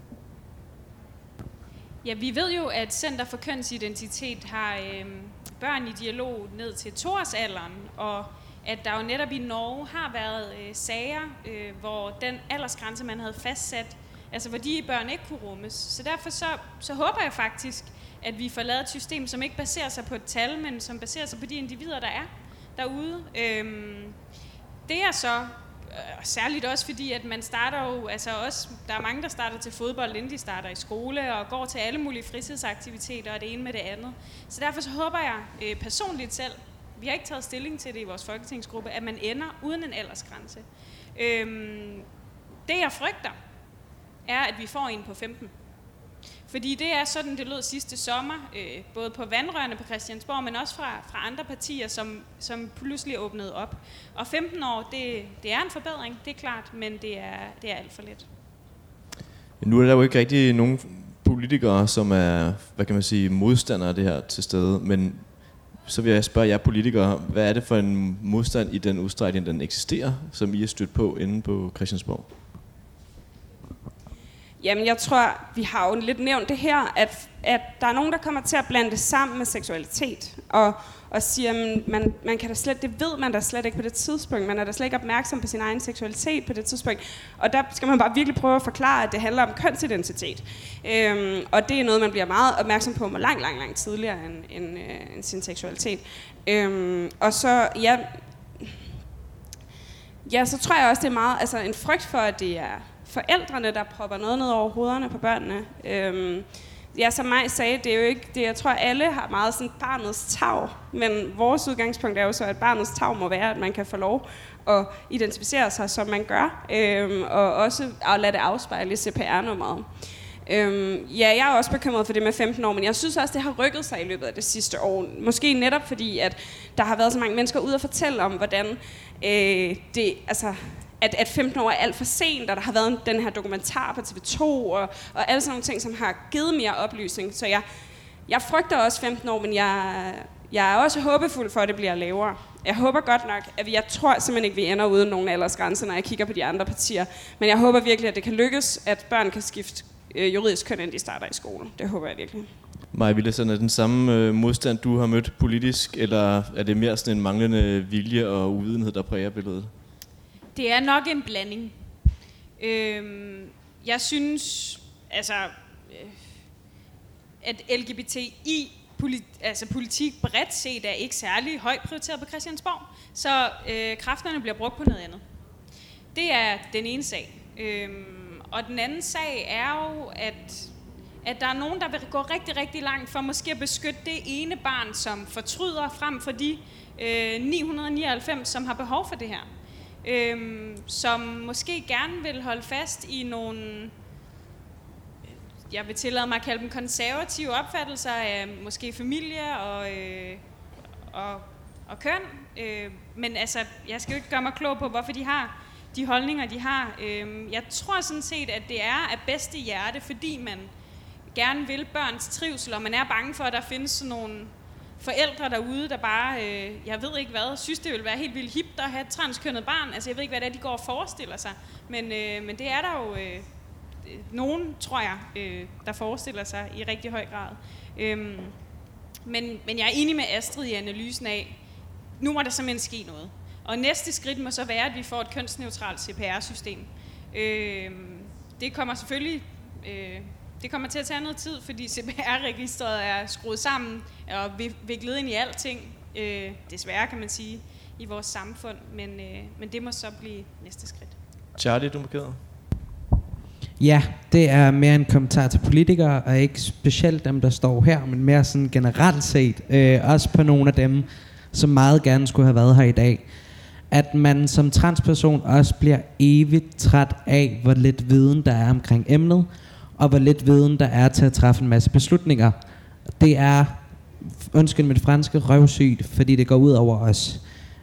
Ja, vi ved jo, at Center for Kønsidentitet har børn i dialog ned til 2-årsalderen, og at der jo netop i Norge har været sager, hvor den aldersgrænse, man havde fastsat, altså hvor de børn ikke kunne rummes. Så derfor så håber jeg faktisk, at vi får lavet et system, som ikke baserer sig på et tal, men som baserer sig på de individer, der er derude. Det er så særligt også fordi, at man starter jo, altså også, der er mange, der starter til fodbold, inden de starter i skole, og går til alle mulige fritidsaktiviteter, og det ene med det andet. Så derfor så håber jeg personligt selv, vi har ikke taget stilling til det i vores folketingsgruppe, at man ender uden en aldersgrænse. Det jeg frygter, er, at vi får en på 15. Fordi det er sådan, det lød sidste sommer, både på vandrørene på Christiansborg, men også fra andre partier, som pludselig åbnede op. Og 15 år, det er en forbedring, det er klart, men det er alt for lidt. Nu er der jo ikke rigtig nogen politikere, som er, hvad kan man sige, modstandere af det her til stede, men så vil jeg spørge jer politikere, hvad er det for en modstand i den udstrækning, den eksisterer, som I er stødt på inde på Christiansborg? Jamen, jeg tror, vi har jo lidt nævnt det her, at der er nogen, der kommer til at blande det sammen med seksualitet, og siger, at man kan da slet, det ved man da slet ikke på det tidspunkt, man er da slet ikke opmærksom på sin egen seksualitet på det tidspunkt, og der skal man bare virkelig prøve at forklare, at det handler om kønsidentitet, og det er noget, man bliver meget opmærksom på langt tidligere end sin seksualitet. Og så, ja, så tror jeg også, det er meget, altså en frygt for, at det er forældrene, der propper noget ned over hovederne på børnene. Ja, som Maj sagde, det er jo ikke det. Jeg tror, alle har meget sådan barnets tarv, men vores udgangspunkt er jo så, at barnets tarv må være, at man kan få lov at identificere sig, som man gør, og også at lade det afspejle i CPR-nummeret. Ja, jeg er også bekymret for det med 15 år, men jeg synes også, det har rykket sig i løbet af det sidste år. Måske netop fordi, at der har været så mange mennesker ude og fortælle om, hvordan det, altså at 15 år er alt for sent, og der har været den her dokumentar på TV2, og alle sådan nogle ting, som har givet mere oplysning. Så jeg frygter også 15 år, men jeg er også håbefuld for, at det bliver lavere. Jeg håber godt nok, at jeg tror simpelthen ikke, vi ender uden nogen aldersgrænser, når jeg kigger på de andre partier. Men jeg håber virkelig, at det kan lykkes, at børn kan skifte juridisk køn, inden de starter i skole. Det håber jeg virkelig. Maja Villadsen, er den samme modstand, du har mødt politisk, eller er det mere sådan en manglende vilje og uvidenhed, der præger billedet? Det er nok en blanding. Jeg synes, altså, at politik bredt set er ikke særlig højt prioriteret på Christiansborg, så kræfterne bliver brugt på noget andet. Det er den ene sag. Og den anden sag er jo, at der er nogen, der vil gå rigtig, rigtig langt for måske at beskytte det ene barn, som fortryder, frem for de 999, som har behov for det her. Som måske gerne vil holde fast i nogle, jeg vil tillade mig at kalde dem konservative opfattelser af måske familie og køn. Men altså, jeg skal jo ikke gøre mig klog på, hvorfor de har de holdninger, de har. Jeg tror sådan set, at det er af bedste hjerte, fordi man gerne vil børns trivsel, og man er bange for, at der findes sådan nogle forældre derude, der bare, jeg ved ikke hvad, synes det vil være helt vildt hipt at have et transkønnet barn. Altså jeg ved ikke, hvad det er, de går og forestiller sig. Men det er der jo nogen, tror jeg, der forestiller sig i rigtig høj grad. Men jeg er enig med Astrid i analysen af, nu må der simpelthen ske noget. Og næste skridt må så være, at vi får et kønsneutralt CPR-system. Det kommer selvfølgelig det kommer til at tage noget tid, fordi CPR-registret er skruet sammen og viklet ind i alting, desværre kan man sige, i vores samfund. Men det må så blive næste skridt. Charlie, du markerede? Ja, det er mere en kommentar til politikere, og ikke specielt dem, der står her, men mere sådan generelt set, også på nogle af dem, som meget gerne skulle have været her i dag. At man som transperson også bliver evigt træt af, hvor lidt viden der er omkring emnet, og hvor lidt viden der er til at træffe en masse beslutninger. Det er, undskyld mit franske, røvsygt, fordi det går ud over os.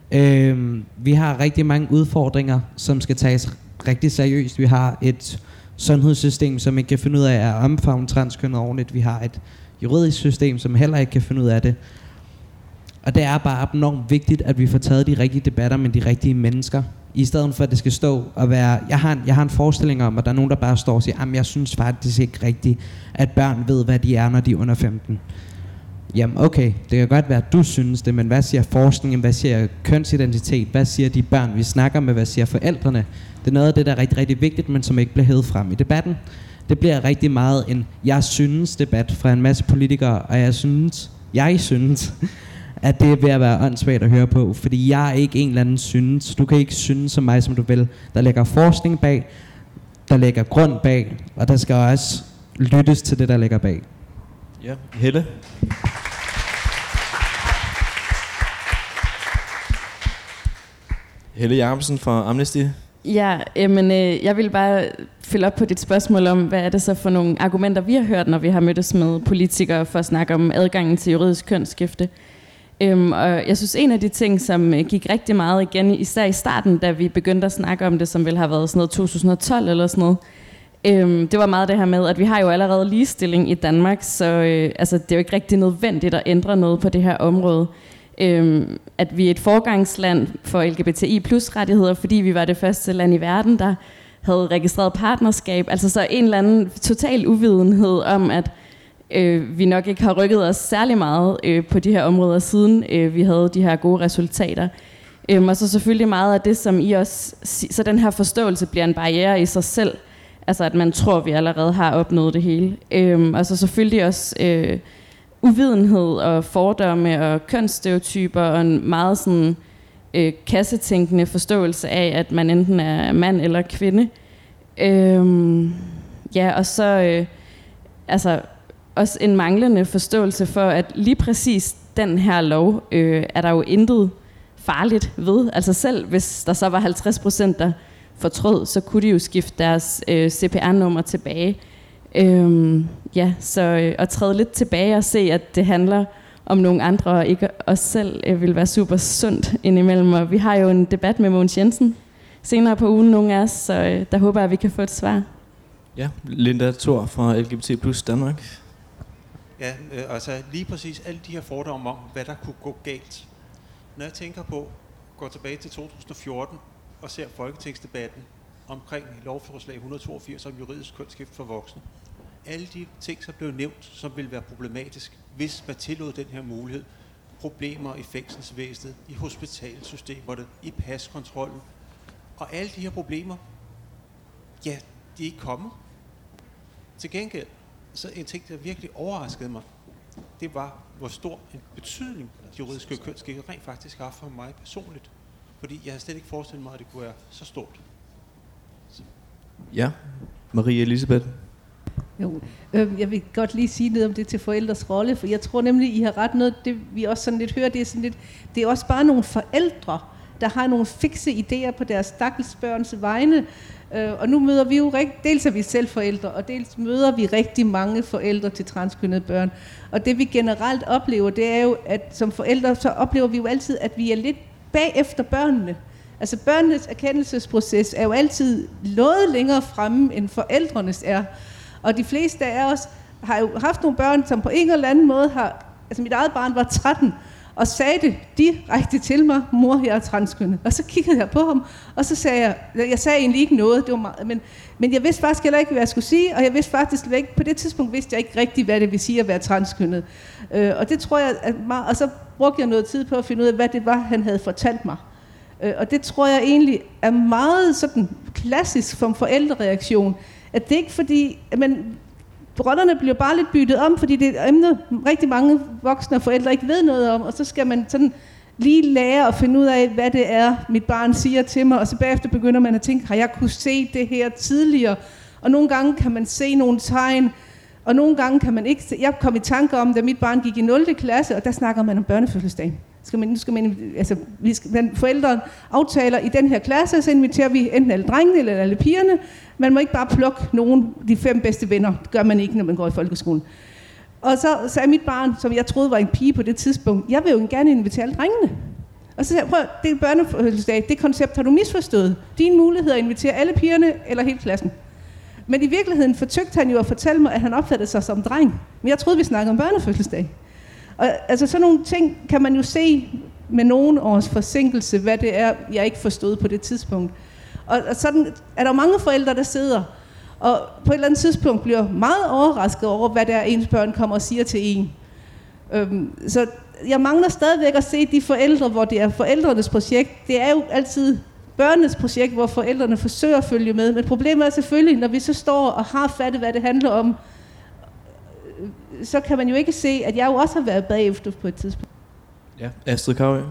Vi har rigtig mange udfordringer, som skal tages rigtig seriøst. Vi har et sundhedssystem, som ikke kan finde ud af at omfavne transkønnet ordentligt. Vi har et juridisk system, som heller ikke kan finde ud af det. Og det er bare enormt vigtigt, at vi får taget de rigtige debatter med de rigtige mennesker, i stedet for at det skal stå og være, jeg har en forestilling om, at der er nogen, der bare står og siger, jamen jeg synes faktisk ikke rigtigt, at børn ved, hvad de er, når de er under 15. Jamen okay, det kan godt være, at du synes det, men hvad siger forskningen, hvad siger kønsidentitet, hvad siger de børn, vi snakker med, hvad siger forældrene? Det er noget af det, der er rigtig, rigtig vigtigt, men som ikke bliver hævet frem i debatten. Det bliver rigtig meget en jeg synes debat fra en masse politikere, og jeg synes, at det er ved at være åndssvagt at høre på, fordi jeg er ikke en eller anden synes. Du kan ikke synes som mig, som du vil. Der ligger forskning bag, der ligger grund bag, og der skal også lyttes til det, der ligger bag. Ja, Helle? Helle Jacobsen fra Amnesty. Ja, men jeg vil bare følge op på dit spørgsmål om, hvad er det så for nogle argumenter, vi har hørt, når vi har mødtes med politikere for at snakke om adgangen til juridisk kønsskifte. Og jeg synes, en af de ting, som gik rigtig meget igen, især i starten, da vi begyndte at snakke om det, som vel har været sådan noget 2012 eller sådan noget, det var meget det her med, at vi har jo allerede ligestilling i Danmark, så altså, det er jo ikke rigtig nødvendigt at ændre noget på det her område. At vi er et forgangsland for LGBTI plus rettigheder, fordi vi var det første land i verden, der havde registreret partnerskab. Altså så en eller anden total uvidenhed om, at vi nok ikke har rykket os særlig meget på de her områder, siden vi havde de her gode resultater. Og så selvfølgelig meget af det, som I også... Så den her forståelse bliver en barriere i sig selv. Altså at man tror, vi allerede har opnået det hele. Og så selvfølgelig også uvidenhed og fordomme og kønsstereotyper og en meget sådan kassetænkende forståelse af, at man enten er mand eller kvinde. Ja, og så altså også en manglende forståelse for, at lige præcis den her lov er der jo intet farligt ved. Altså selv hvis der så var 50%, der fortrød, så kunne de jo skifte deres CPR-nummer tilbage. Ja, så at træde lidt tilbage og se, at det handler om nogle andre, og ikke os selv, vil være super sundt indimellem. Og vi har jo en debat med Mogens Jensen senere på ugen, nogle af os, så der håber jeg, at vi kan få et svar. Ja, Linda Thor fra LGBT Plus Danmark. Ja, altså lige præcis alle de her fordomme om, hvad der kunne gå galt. Når jeg tænker på, går tilbage til 2014 og ser folketingsdebatten omkring lovforslag 182 om juridisk kønsskifte for voksne, alle de ting, som blev nævnt, som ville være problematisk, hvis man tillod den her mulighed. Problemer i fængselsvæsenet, i hospitalsystemerne, i paskontrollen. Og alle de her problemer, ja, de er ikke kommet. Til gengæld, så en ting, der virkelig overraskede mig, det var, hvor stor en betydning de juridiske kønsskifte rent faktisk har for mig personligt. Fordi jeg havde slet ikke forestillet mig, at det kunne være så stort. Ja, Marie Elisabeth. Jo, jeg vil godt lige sige noget om det til forældres rolle, for jeg tror nemlig, I har ret noget, det vi også sådan lidt hører, det er også bare nogle forældre, der har nogle fikse idéer på deres stakkels børns vegne, og nu møder vi jo, dels er vi selv forældre, og dels møder vi rigtig mange forældre til transkønnede børn, og det vi generelt oplever, det er jo, at som forældre, så oplever vi jo altid, at vi er lidt bagefter børnene. Altså børnenes erkendelsesproces er jo altid noget længere fremme, end forældrenes er. Og de fleste af os har jo haft nogle børn, som på en eller anden måde har... Altså mit eget barn var 13, og sagde det direkte til mig, mor, jeg er transkønnet. Og så kiggede jeg på ham, og så sagde jeg sagde egentlig ikke noget, det var meget, men jeg vidste faktisk heller ikke, hvad jeg skulle sige, og jeg vidste faktisk ikke, på det tidspunkt vidste jeg ikke rigtigt, hvad det vil sige at være transkønnet. Og det tror jeg, og så brugte jeg noget tid på at finde ud af, hvad det var, han havde fortalt mig. Og det tror jeg egentlig er meget sådan klassisk som forældrereaktion, at det ikke fordi, men rollerne bliver bare lidt byttet om, fordi det er emner, rigtig mange voksne og forældre ikke ved noget om, og så skal man sådan lige lære at finde ud af, hvad det er, mit barn siger til mig, og så bagefter begynder man at tænke, har jeg kunne se det her tidligere? Og nogle gange kan man se nogle tegn, og nogle gange kan man ikke se. Jeg kom i tanke om, da mit barn gik i 0. klasse, og der snakker man om børnefødselsdagen. Forældrene aftaler i den her klasse, så inviterer vi enten alle drengene eller alle pigerne. Man må ikke bare plukke nogen, de 5 bedste venner. Det gør man ikke, når man går i folkeskolen. Og så sagde mit barn, som jeg troede var en pige på det tidspunkt, jeg vil jo gerne invitere alle drengene. Og så sagde jeg, prøv, det er børnefødselsdag, det koncept har du misforstået. Din mulighed er at invitere alle pigerne eller hele klassen. Men i virkeligheden forsøgte han jo at fortælle mig, at han opfattede sig som dreng. Men jeg troede, vi snakkede om børnefødselsdag. Og altså sådan nogle ting kan man jo se med nogle års forsinkelse, hvad det er, jeg ikke forstod på det tidspunkt. Og sådan er der mange forældre, der sidder, og på et eller andet tidspunkt bliver meget overrasket over, hvad der ens børn kommer og siger til en. Så jeg mangler stadigvæk at se de forældre, hvor det er forældrenes projekt. Det er jo altid børnenes projekt, hvor forældrene forsøger at følge med. Men problemet er selvfølgelig, når vi så står og har fattet, hvad det handler om, så kan man jo ikke se, at jeg jo også har været bagefter på et tidspunkt. Ja, Astrid Carøe.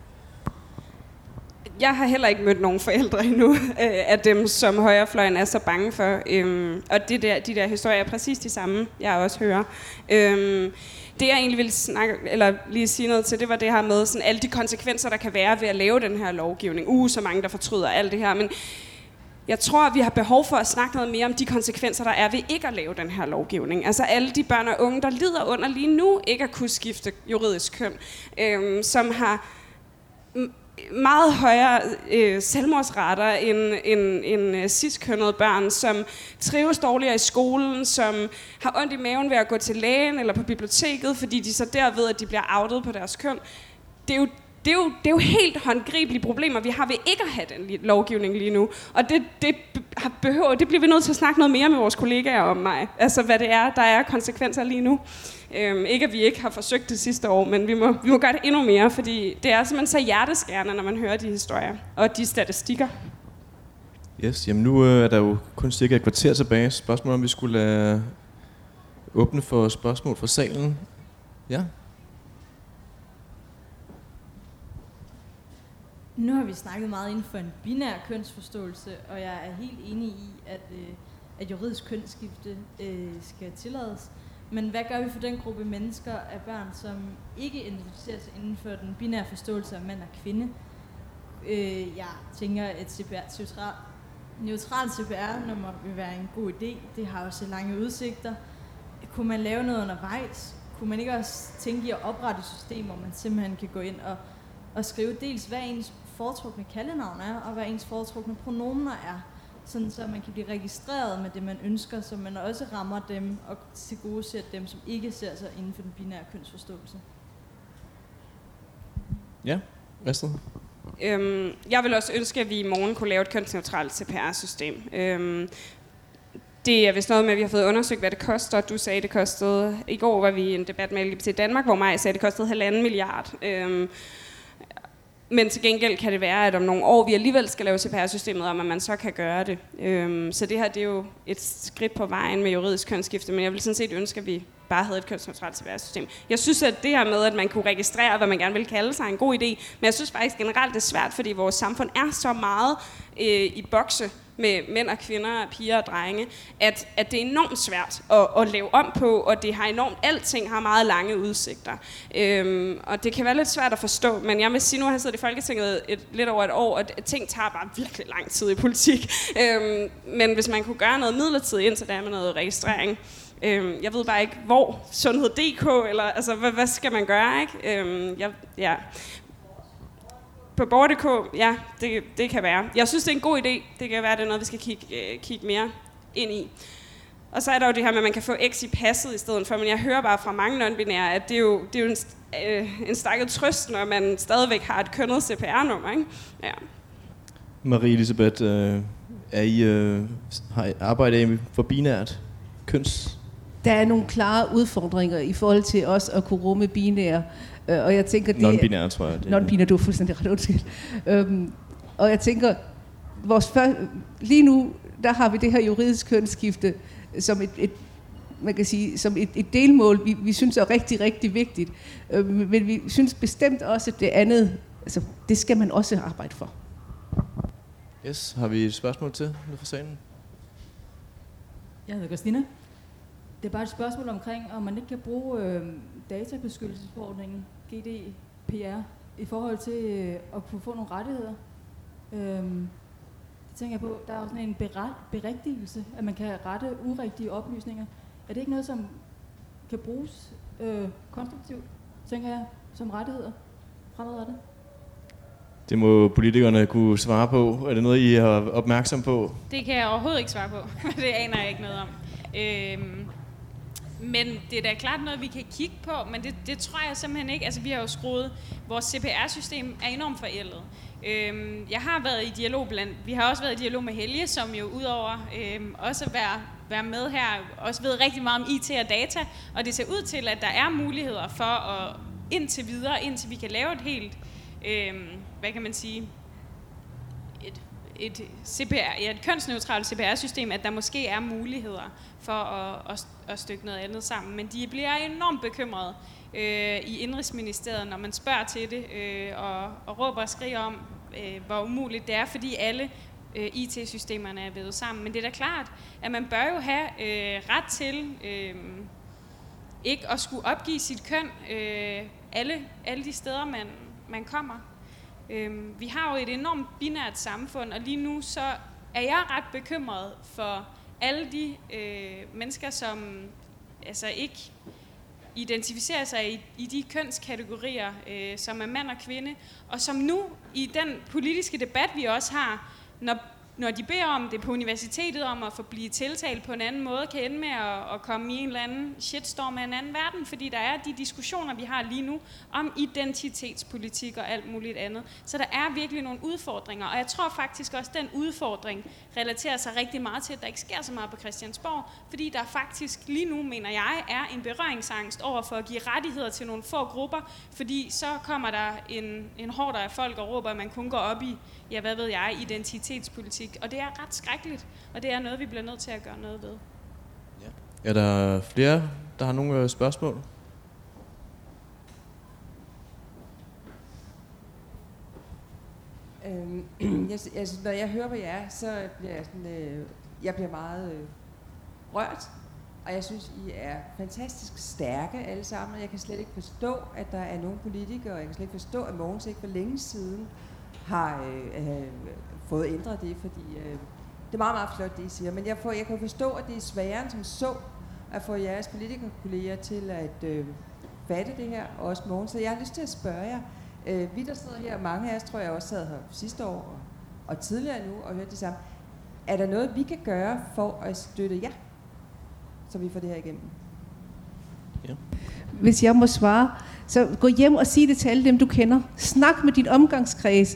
Jeg har heller ikke mødt nogen forældre endnu af dem, som højrefløjen er så bange for. Og de der historier er præcis de samme, jeg også hører. Det jeg egentlig ville lige sige noget til, det var det her med sådan, alle de konsekvenser, der kan være ved at lave den her lovgivning. Så mange, der fortryder alt det her. Men jeg tror, vi har behov for at snakke noget mere om de konsekvenser, der er ved ikke at lave den her lovgivning. Altså alle de børn og unge, der lider under lige nu ikke at kunne skifte juridisk køn, som har meget højere selvmordsrater end cis-kønnede børn, som trives dårligere i skolen, som har ondt i maven ved at gå til lægen eller på biblioteket, fordi de så der ved, at de bliver outet på deres køn. Det er jo helt håndgribelige problemer, vi har ved ikke at have den lovgivning lige nu. Og det bliver vi nødt til at snakke noget mere med vores kollegaer om mig. Altså hvad det er, der er konsekvenser lige nu. Ikke at vi ikke har forsøgt det sidste år, men vi må gøre det endnu mere, fordi det er simpelthen så hjerteskærende, når man hører de historier og de statistikker. Yes, jamen nu er der jo kun cirka et kvarter tilbage. Spørgsmål om vi skulle åbne for spørgsmål fra salen. Ja. Nu har vi snakket meget inden for en binær kønsforståelse, og jeg er helt enig i, at juridisk kønsskifte skal tillades. Men hvad gør vi for den gruppe mennesker af børn, som ikke identificerer sig inden for den binære forståelse af mand og kvinde? Jeg tænker, at neutral CPR-nummer vil være en god idé. Det har også lange udsigter. Kunne man lave noget undervejs? Kunne man ikke også tænke i at oprette et system, hvor man simpelthen kan gå ind og skrive dels, hvad ens foretrukne kaldenavn er, og hvad ens foretrukne pronomener er, sådan så man kan blive registreret med det, man ønsker, så man også rammer dem og tilgodeser dem, som ikke ser sig inden for den binære kønsforståelse. Ja, Astrid? Jeg vil også ønske, at vi i morgen kunne lave et kønsneutralt CPR-system. det er vist noget med, at vi har fået undersøgt, hvad det koster. Du sagde, det kostede... I går var vi i en debat med LGBT Danmark, hvor mig sagde, det kostede 1,5 milliard. Men til gengæld kan det være, at om nogle år vi alligevel skal lave CPR-systemet om, at man så kan gøre det. Så det her, det er jo et skridt på vejen med juridisk kønsskifte, men jeg vil sådan set ønske, at vi bare havde et kønsneutralt CPR-system. Jeg synes, at det her med, at man kunne registrere, hvad man gerne vil kalde sig, er en god idé, men jeg synes faktisk generelt, det er svært, fordi vores samfund er så meget i bokse med mænd og kvinder, piger og drenge, at det er enormt svært at lave om på, og det har enormt, alting har meget lange udsigter. Og det kan være lidt svært at forstå, men jeg vil sige, nu har jeg siddet i Folketinget lidt over et år, og ting tager bare virkelig lang tid i politik. Men hvis man kunne gøre noget midlertidigt indtil der med noget registrering, jeg ved bare ikke, hvor sundhed.dk, eller altså, hvad skal man gøre, ikke? På borger.dk, ja, det kan være. Jeg synes, det er en god idé. Det kan være, det er noget, vi skal kigge mere ind i. Og så er der jo det her med, at man kan få X i passet i stedet for, men jeg hører bare fra mange non-binære, at det er jo en stakket trøst, når man stadigvæk har et kønnet CPR-nummer, ikke? Ja. Marie-Elisabeth, arbejder I for binært køns? Der er nogle klare udfordringer i forhold til os at kunne rumme binære. Og jeg tænker, det non-binære, tror jeg. Non-binære, du er fuldstændig ret, undskyld. Og jeg tænker, lige nu, der har vi det her juridisk kønsskifte som man kan sige, som et delmål, vi synes er rigtig, rigtig vigtigt. Men vi synes bestemt også, at det andet, altså, det skal man også arbejde for. Yes, har vi et spørgsmål til nu fra salen? Jeg hedder Christina. Det er bare et spørgsmål omkring, om man ikke kan bruge databeskyttelsesforordningen, GDPR, i forhold til at kunne få nogle rettigheder. Det tænker jeg på, der er også sådan en berigtigelse, at man kan rette urigtige oplysninger. Er det ikke noget, som kan bruges konstruktivt, tænker jeg, som rettigheder fremadrettet? Det må politikerne kunne svare på. Er det noget, I er opmærksom på? Det kan jeg overhovedet ikke svare på. Det aner jeg ikke noget om. Men det er da klart noget, vi kan kigge på, men det tror jeg simpelthen ikke. Altså, vi har jo skruet, vores CPR-system er enormt forældet. Jeg har været i dialog vi har også været i dialog med Helge, som jo udover også være med her, også ved rigtig meget om IT og data, og det ser ud til, at der er muligheder for at indtil vi kan lave et helt, hvad kan man sige, et kønsneutralt CPR-system, at der måske er muligheder for at stykke noget andet sammen. Men de bliver enormt bekymrede i Indenrigsministeriet, når man spørger til det, og råber og skriger om, hvor umuligt det er, fordi alle IT-systemerne er vævet sammen. Men det er da klart, at man bør jo have ret til ikke at skulle opgive sit køn alle de steder, man kommer. Vi har jo et enormt binært samfund, og lige nu så er jeg ret bekymret for alle de mennesker, som altså ikke identificerer sig i de kønskategorier, som er mand og kvinde, og som nu i den politiske debat, vi også har, når de beder om det på universitetet, om at få blive tiltalt på en anden måde, kan ende med at komme i en eller anden shitstorm af en anden verden, fordi der er de diskussioner, vi har lige nu, om identitetspolitik og alt muligt andet. Så der er virkelig nogle udfordringer, og jeg tror faktisk også, at den udfordring relaterer sig rigtig meget til, at der ikke sker så meget på Christiansborg, fordi der faktisk lige nu, mener jeg, er en berøringsangst over for at give rettigheder til nogle få grupper, fordi så kommer der en horde af folk og råber, at man kun går op i, ja, hvad ved jeg, identitetspolitik. Og det er ret skrækkeligt, og det er noget, vi bliver nødt til at gøre noget ved. Ja. Er der flere, der har nogle spørgsmål? Når jeg hører, hvad jeg er, så bliver jeg sådan, jeg bliver meget rørt, og jeg synes, I er fantastisk stærke alle sammen. Jeg kan slet ikke forstå, at der er nogle politikere, og jeg kan slet ikke forstå, at Mogens ikke for længe siden har fået ændret det, fordi det er meget, meget flot, det I siger. Men jeg kan forstå, at det er sværere end som så, at få jeres politikerkolleger til at fatte det her, og også Mogens. Så jeg har lyst til at spørge jer. Vi, der sidder her, mange af os, tror jeg også sad her sidste år, og tidligere nu, og hørte det samme. Er der noget, vi kan gøre for at støtte jer, så vi får det her igennem? Ja. Hvis jeg må svare, så gå hjem og sig det til alle dem, du kender. Snak med din omgangskreds.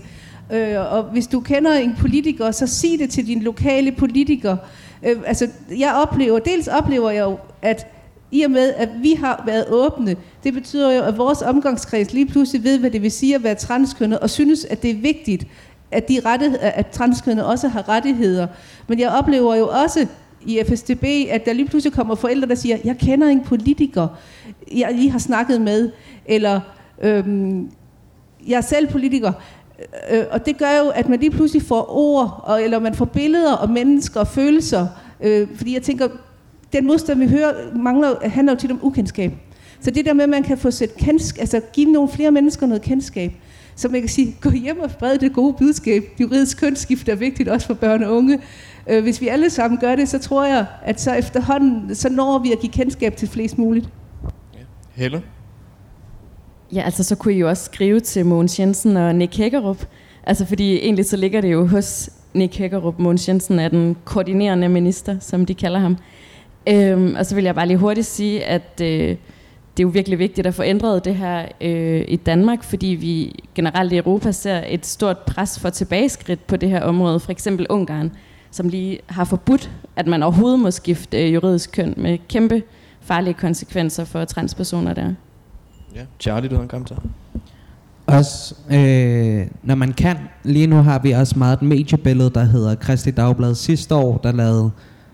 Og hvis du kender en politiker, så sig det til din lokale politiker. Jeg oplever jeg jo, at i og med, at vi har været åbne, det betyder jo, at vores omgangskreds lige pludselig ved, hvad det vil sige at være transkønnet, og synes, at det er vigtigt, at transkønnet også har rettigheder. Men jeg oplever jo også i FSDB, at der lige pludselig kommer forældre, der siger, jeg kender en politiker, jeg lige har snakket med, eller jeg er selv politiker. Og det gør jo, at man lige pludselig får ord, eller man får billeder og mennesker og følelser. Fordi jeg tænker, den modstand, vi hører, handler jo tit om ukendskab. Så det der med, at man kan få give nogle flere mennesker noget kendskab, så man kan sige, gå hjem og spred det gode budskab. Juridisk kønsskifte er vigtigt også for børn og unge. Hvis vi alle sammen gør det, så tror jeg, at så efterhånden, så når vi at give kendskab til flest muligt. Helle? Ja, altså så kunne I jo også skrive til Mogens Jensen og Nick Hækkerup. Altså fordi egentlig så ligger det jo hos Nick Hækkerup. Mogens Jensen er den koordinerende minister, som de kalder ham. Og så vil jeg bare lige hurtigt sige, at det er jo virkelig vigtigt at få ændret det her i Danmark, fordi vi generelt i Europa ser et stort pres for tilbageskridt på det her område. For eksempel Ungarn, som lige har forbudt, at man overhovedet må skifte juridisk køn med kæmpe farlige konsekvenser for transpersoner der. Ja, Charlie, du har en kommentar. Også, når man kan, lige nu har vi også meget et mediebillede, der hedder Kristeligt Dagblad sidste år, der lavede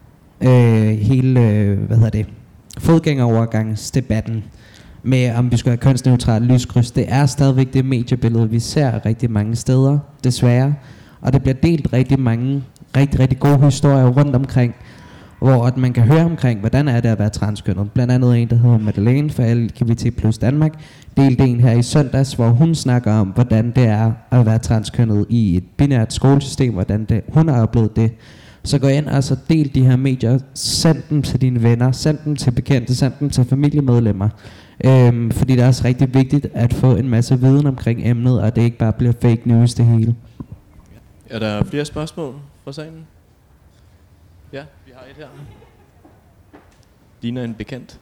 hele, fodgængerovergangsdebatten med, om vi skulle have kønsneutral lyskryds. Det er stadigvæk det mediebillede, vi ser rigtig mange steder, desværre. Og der bliver delt rigtig mange rigtig gode historier rundt omkring, hvor at man kan høre omkring, hvordan er det at være transkønnet. Blandt andet en, der hedder Madeleine fra LGBT plus Danmark, delte en her i søndags, hvor hun snakker om, hvordan det er at være transkønnet i et binært skolesystem, hvordan hun har oplevet det. Så gå ind og så del de her medier, send dem til dine venner, send dem til bekendte, send dem til familiemedlemmer. Fordi det er også rigtig vigtigt at få en masse viden omkring emnet, og det ikke bare bliver fake news det hele. Er der flere spørgsmål fra salen? Ja, vi har et her. Ligner en bekendt.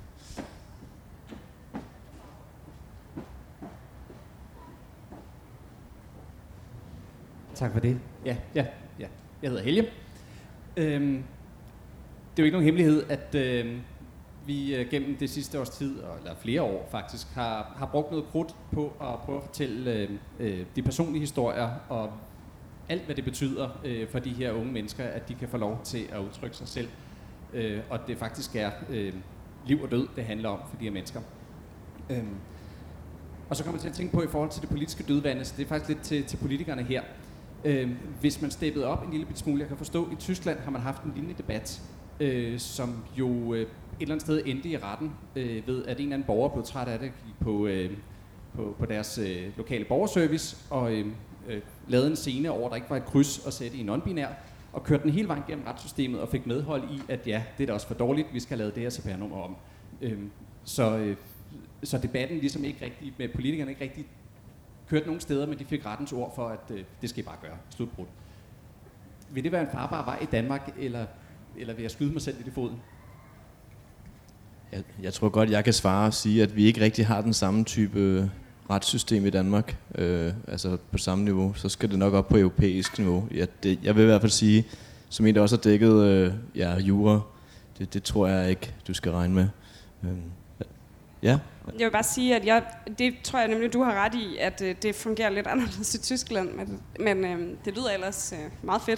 Tak for det. Ja. Jeg hedder Helge. Det er jo ikke nogen hemmelighed, at vi gennem det sidste års tid, eller flere år faktisk, har brugt noget krudt på at prøve at fortælle de personlige historier og alt, hvad det betyder for de her unge mennesker, at de kan få lov til at udtrykke sig selv. Og det faktisk er liv og død, det handler om for de her mennesker. Og så kommer jeg til at tænke på i forhold til det politiske dødvande, så det er faktisk lidt til politikerne her. Hvis man steppede op en lille smule, jeg kan forstå, i Tyskland har man haft en lignende debat, som jo et eller andet sted endte i retten ved, at en eller anden borger blev træt af det, gik på deres lokale borgerservice og lavede en scene over, der ikke var et kryds at sætte i non-binær, og kørte den hele vejen gennem retssystemet og fik medhold i, at ja, det er da også for dårligt, vi skal lave det her CPR-nummer om. Så debatten ligesom ikke rigtig, med politikerne ikke rigtig kørte nogle steder, men de fik rettens ord for, at det skal I bare gøre. Slutbrud. Vil det være en farbar vej i Danmark, eller vil jeg skyde mig selv i det foden? Jeg tror godt, jeg kan svare og sige, at vi ikke rigtig har den samme type retssystem i Danmark, altså på samme niveau. Så skal det nok op på europæisk niveau. Jeg vil i hvert fald sige, som en, der også har dækket jura, det tror jeg ikke, du skal regne med. Ja. Jeg vil bare sige, at det tror jeg nemlig, du har ret i, at det fungerer lidt anderledes i Tyskland, men det lyder ellers meget fedt.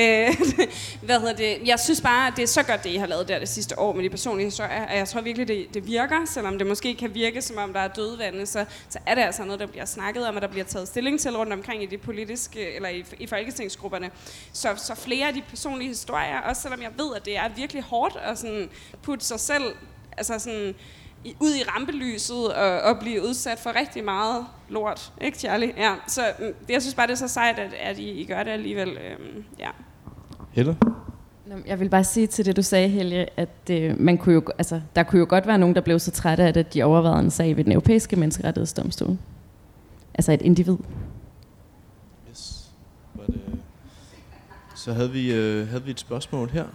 Jeg synes bare, at det er så godt, det I har lavet der det sidste år med de personlige historier, og jeg tror virkelig, det virker, selvom det måske kan virke, som om der er dødvande, så er det altså noget, der bliver snakket om, og der bliver taget stilling til rundt omkring i de politiske, eller i folketingsgrupperne. Så flere af de personlige historier, også selvom jeg ved, at det er virkelig hårdt at sådan putte sig selv, altså sådan ud i rampelyset og blive udsat for rigtig meget lort, ikke Charlie? Ja, så jeg synes bare, det er så sejt, at I gør det alligevel. Ja. Helle? Jeg vil bare sige til det, du sagde, Helge, at der kunne jo godt være nogen, der blev så trætte af, at de overvejede en sag ved den europæiske menneskerettighedsdomstol. Altså et individ. Yes. Så havde vi et spørgsmål her.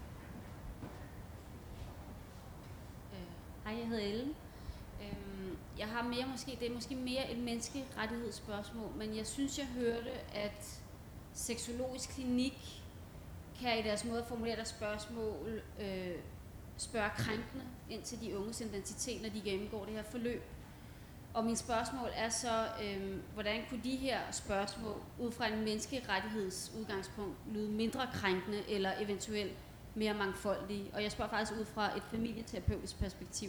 Hej, jeg hedder Ellen. Jeg har mere det er måske mere et menneskerettighedsspørgsmål, men jeg synes, jeg hørte, at Sexologisk Klinik kan i deres måde at formulere deres spørgsmål spørge krænkende ind til de unges identitet, når de gennemgår det her forløb. Og min spørgsmål er så, hvordan kunne de her spørgsmål ud fra en menneskerettighedsudgangspunkt lyde mindre krænkende eller eventuelt mere mangfoldige? Og jeg spørger faktisk ud fra et familieterapeutisk perspektiv.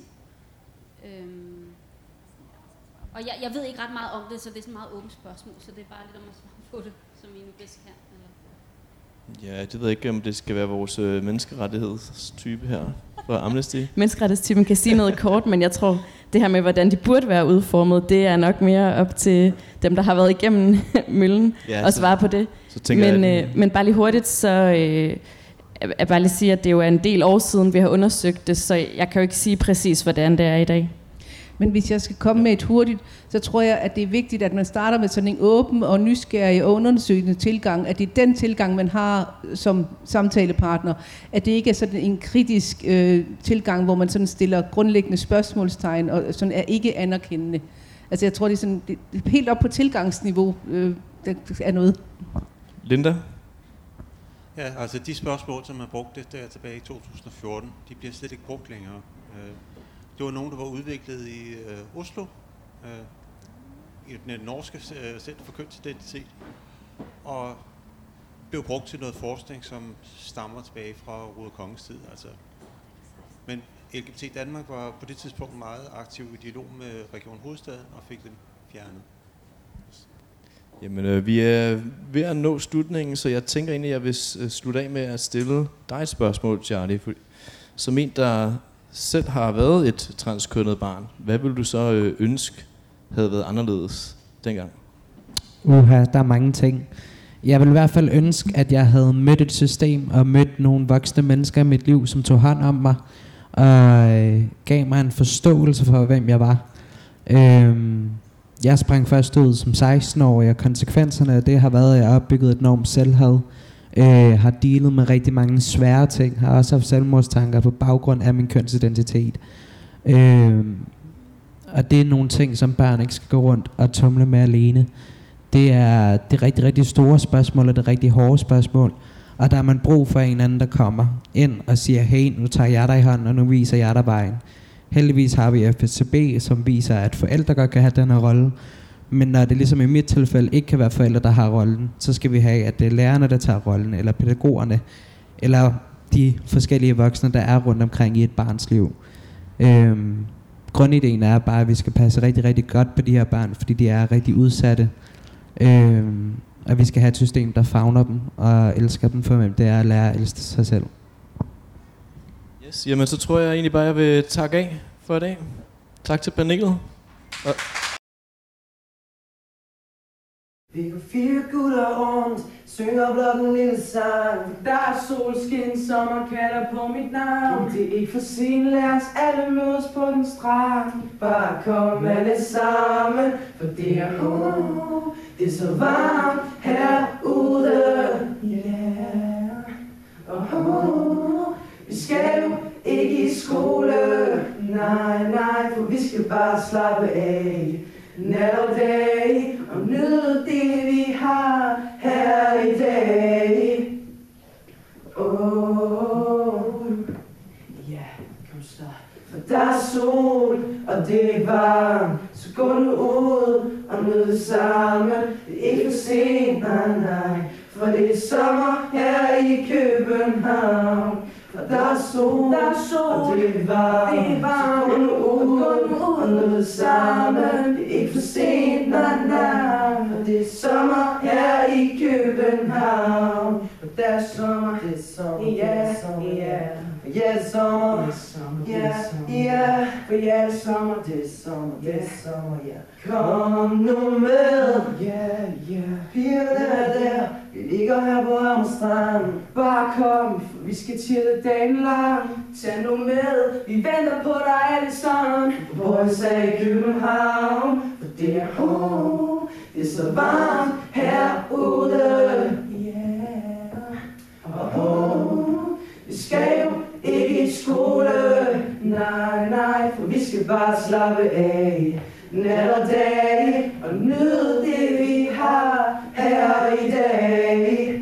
Og jeg ved ikke ret meget om det, så det er sådan et meget åbent spørgsmål, så det er bare lidt om at svare på det, som I nu bedst kan. Eller? Ja, det ved jeg ikke, om det skal være vores menneskerettighedstype her fra Amnesty. Menneskerettighedstypen kan sige noget kort, men jeg tror, det her med, hvordan de burde være udformet, det er nok mere op til dem, der har været igennem møllen, at svare på det. Men bare lige hurtigt, så jeg bare lige sige, at det jo er en del år siden, vi har undersøgt det, så jeg kan jo ikke sige præcis, hvordan det er i dag. Men hvis jeg skal komme med et hurtigt, så tror jeg, at det er vigtigt, at man starter med sådan en åben og nysgerrig og undersøgende tilgang, at det er den tilgang, man har som samtalepartner, at det ikke er sådan en kritisk tilgang, hvor man sådan stiller grundlæggende spørgsmålstegn og sådan er ikke anerkendende. Altså jeg tror, det er sådan det er helt op på tilgangsniveau, der er noget. Linda? Ja, altså de spørgsmål, som man brugte der tilbage i 2014, de bliver slet ikke brugt længere. Det var nogen, der var udviklet i Oslo, i den norske Center for Kønsidentitet, og blev brugt til noget forskning, som stammer tilbage fra Ruder Konges tid. Altså. Men LGBT Danmark var på det tidspunkt meget aktiv i dialog med Region Hovedstaden og fik den fjernet. Jamen, vi er ved at nå slutningen, så jeg tænker egentlig, at jeg vil slutte af med at stille dig et spørgsmål, Charlie. Som en, der selv har været et transkønnet barn, hvad ville du så ønske havde været anderledes dengang? Der er mange ting. Jeg vil i hvert fald ønske, at jeg havde mødt et system og mødt nogle voksne mennesker i mit liv, som tog hånd om mig og gav mig en forståelse for, hvem jeg var. Jeg sprang først ud som 16-årig, og konsekvenserne af det har været, at jeg har opbygget et enormt selvhad. Har dealet med rigtig mange svære ting, har også haft selvmordstanker på baggrund af min kønsidentitet. Og det er nogle ting, som børn ikke skal gå rundt og tumle med alene. Det er rigtig, rigtig store spørgsmål, og det er rigtig hårde spørgsmål. Og der er man brug for en anden, der kommer ind og siger, hey, nu tager jeg dig i hånden, og nu viser jeg dig vejen. Heldigvis har vi FSCB, som viser, at forældre godt kan have den her rolle. Men når det ligesom i mit tilfælde ikke kan være forældre, der har rollen, så skal vi have, at det er lærerne, der tager rollen, eller pædagogerne, eller de forskellige voksne, der er rundt omkring i et barns liv. Grundideen er bare, at vi skal passe rigtig, rigtig godt på de her børn, fordi de er rigtig udsatte. Og vi skal have et system, der favner dem og elsker dem for, hvem det er at lære at elske sig selv. Yes, jamen så tror jeg egentlig bare, jeg vil takke af for i dag. Tak til panelet. Vi går 4 gutter rundt, synger blot en lille sang. Der er solskin, sommer kalder på mit navn. Det er ikke for sent, lad os alle mødes på den strand. Bare kom alle sammen, for det er det er så varmt herude. Yeah. Vi skal jo ikke i skole. Nej, for vi skal bare slappe af. Nat og dag, og nyde det vi har her i dag. Ja, kom så. For der er sol, og det er varmt. Så gå nu ud og nyd det sammen. Det er ikke for sent, nej. For det er sommer her i København. For der er sol, og det er varmt. Så gå nu ud og nyd det sammen. Det er ikke for sent, nej. For det er sommer her i København. For der er sommer, det er sommer, ja. For ja, det er sommer, ja. For ja, det er sommer, det er sommer, ja. Kom nu med, ja. Pigerne er der, vi ligger her på Ammerstrand. Bare kom, for vi skal chille dagen lang. Tag nu med, vi venter på dig alle sammen. Boys er i København, for det er det er så varmt herude. Vi skal jo ikke i skole. Nej, for vi skal bare slappe af. nat og dag, og nyd det vi har her i dag.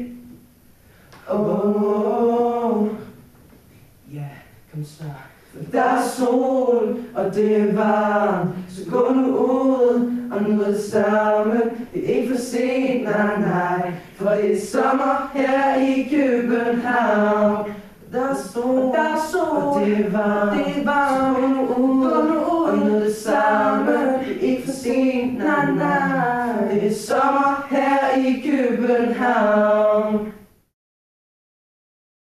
Ja, kom så. Der er sol, og det er varmt, så gå nu ud og nyd det samme. Det er ikke for sent, nej, nej, for det er sommer her i København. Der er sol, og det er varmt, så gå nu ud og nyd det samme. Det er ikke for sent, nej, nej, det er sommer her i København.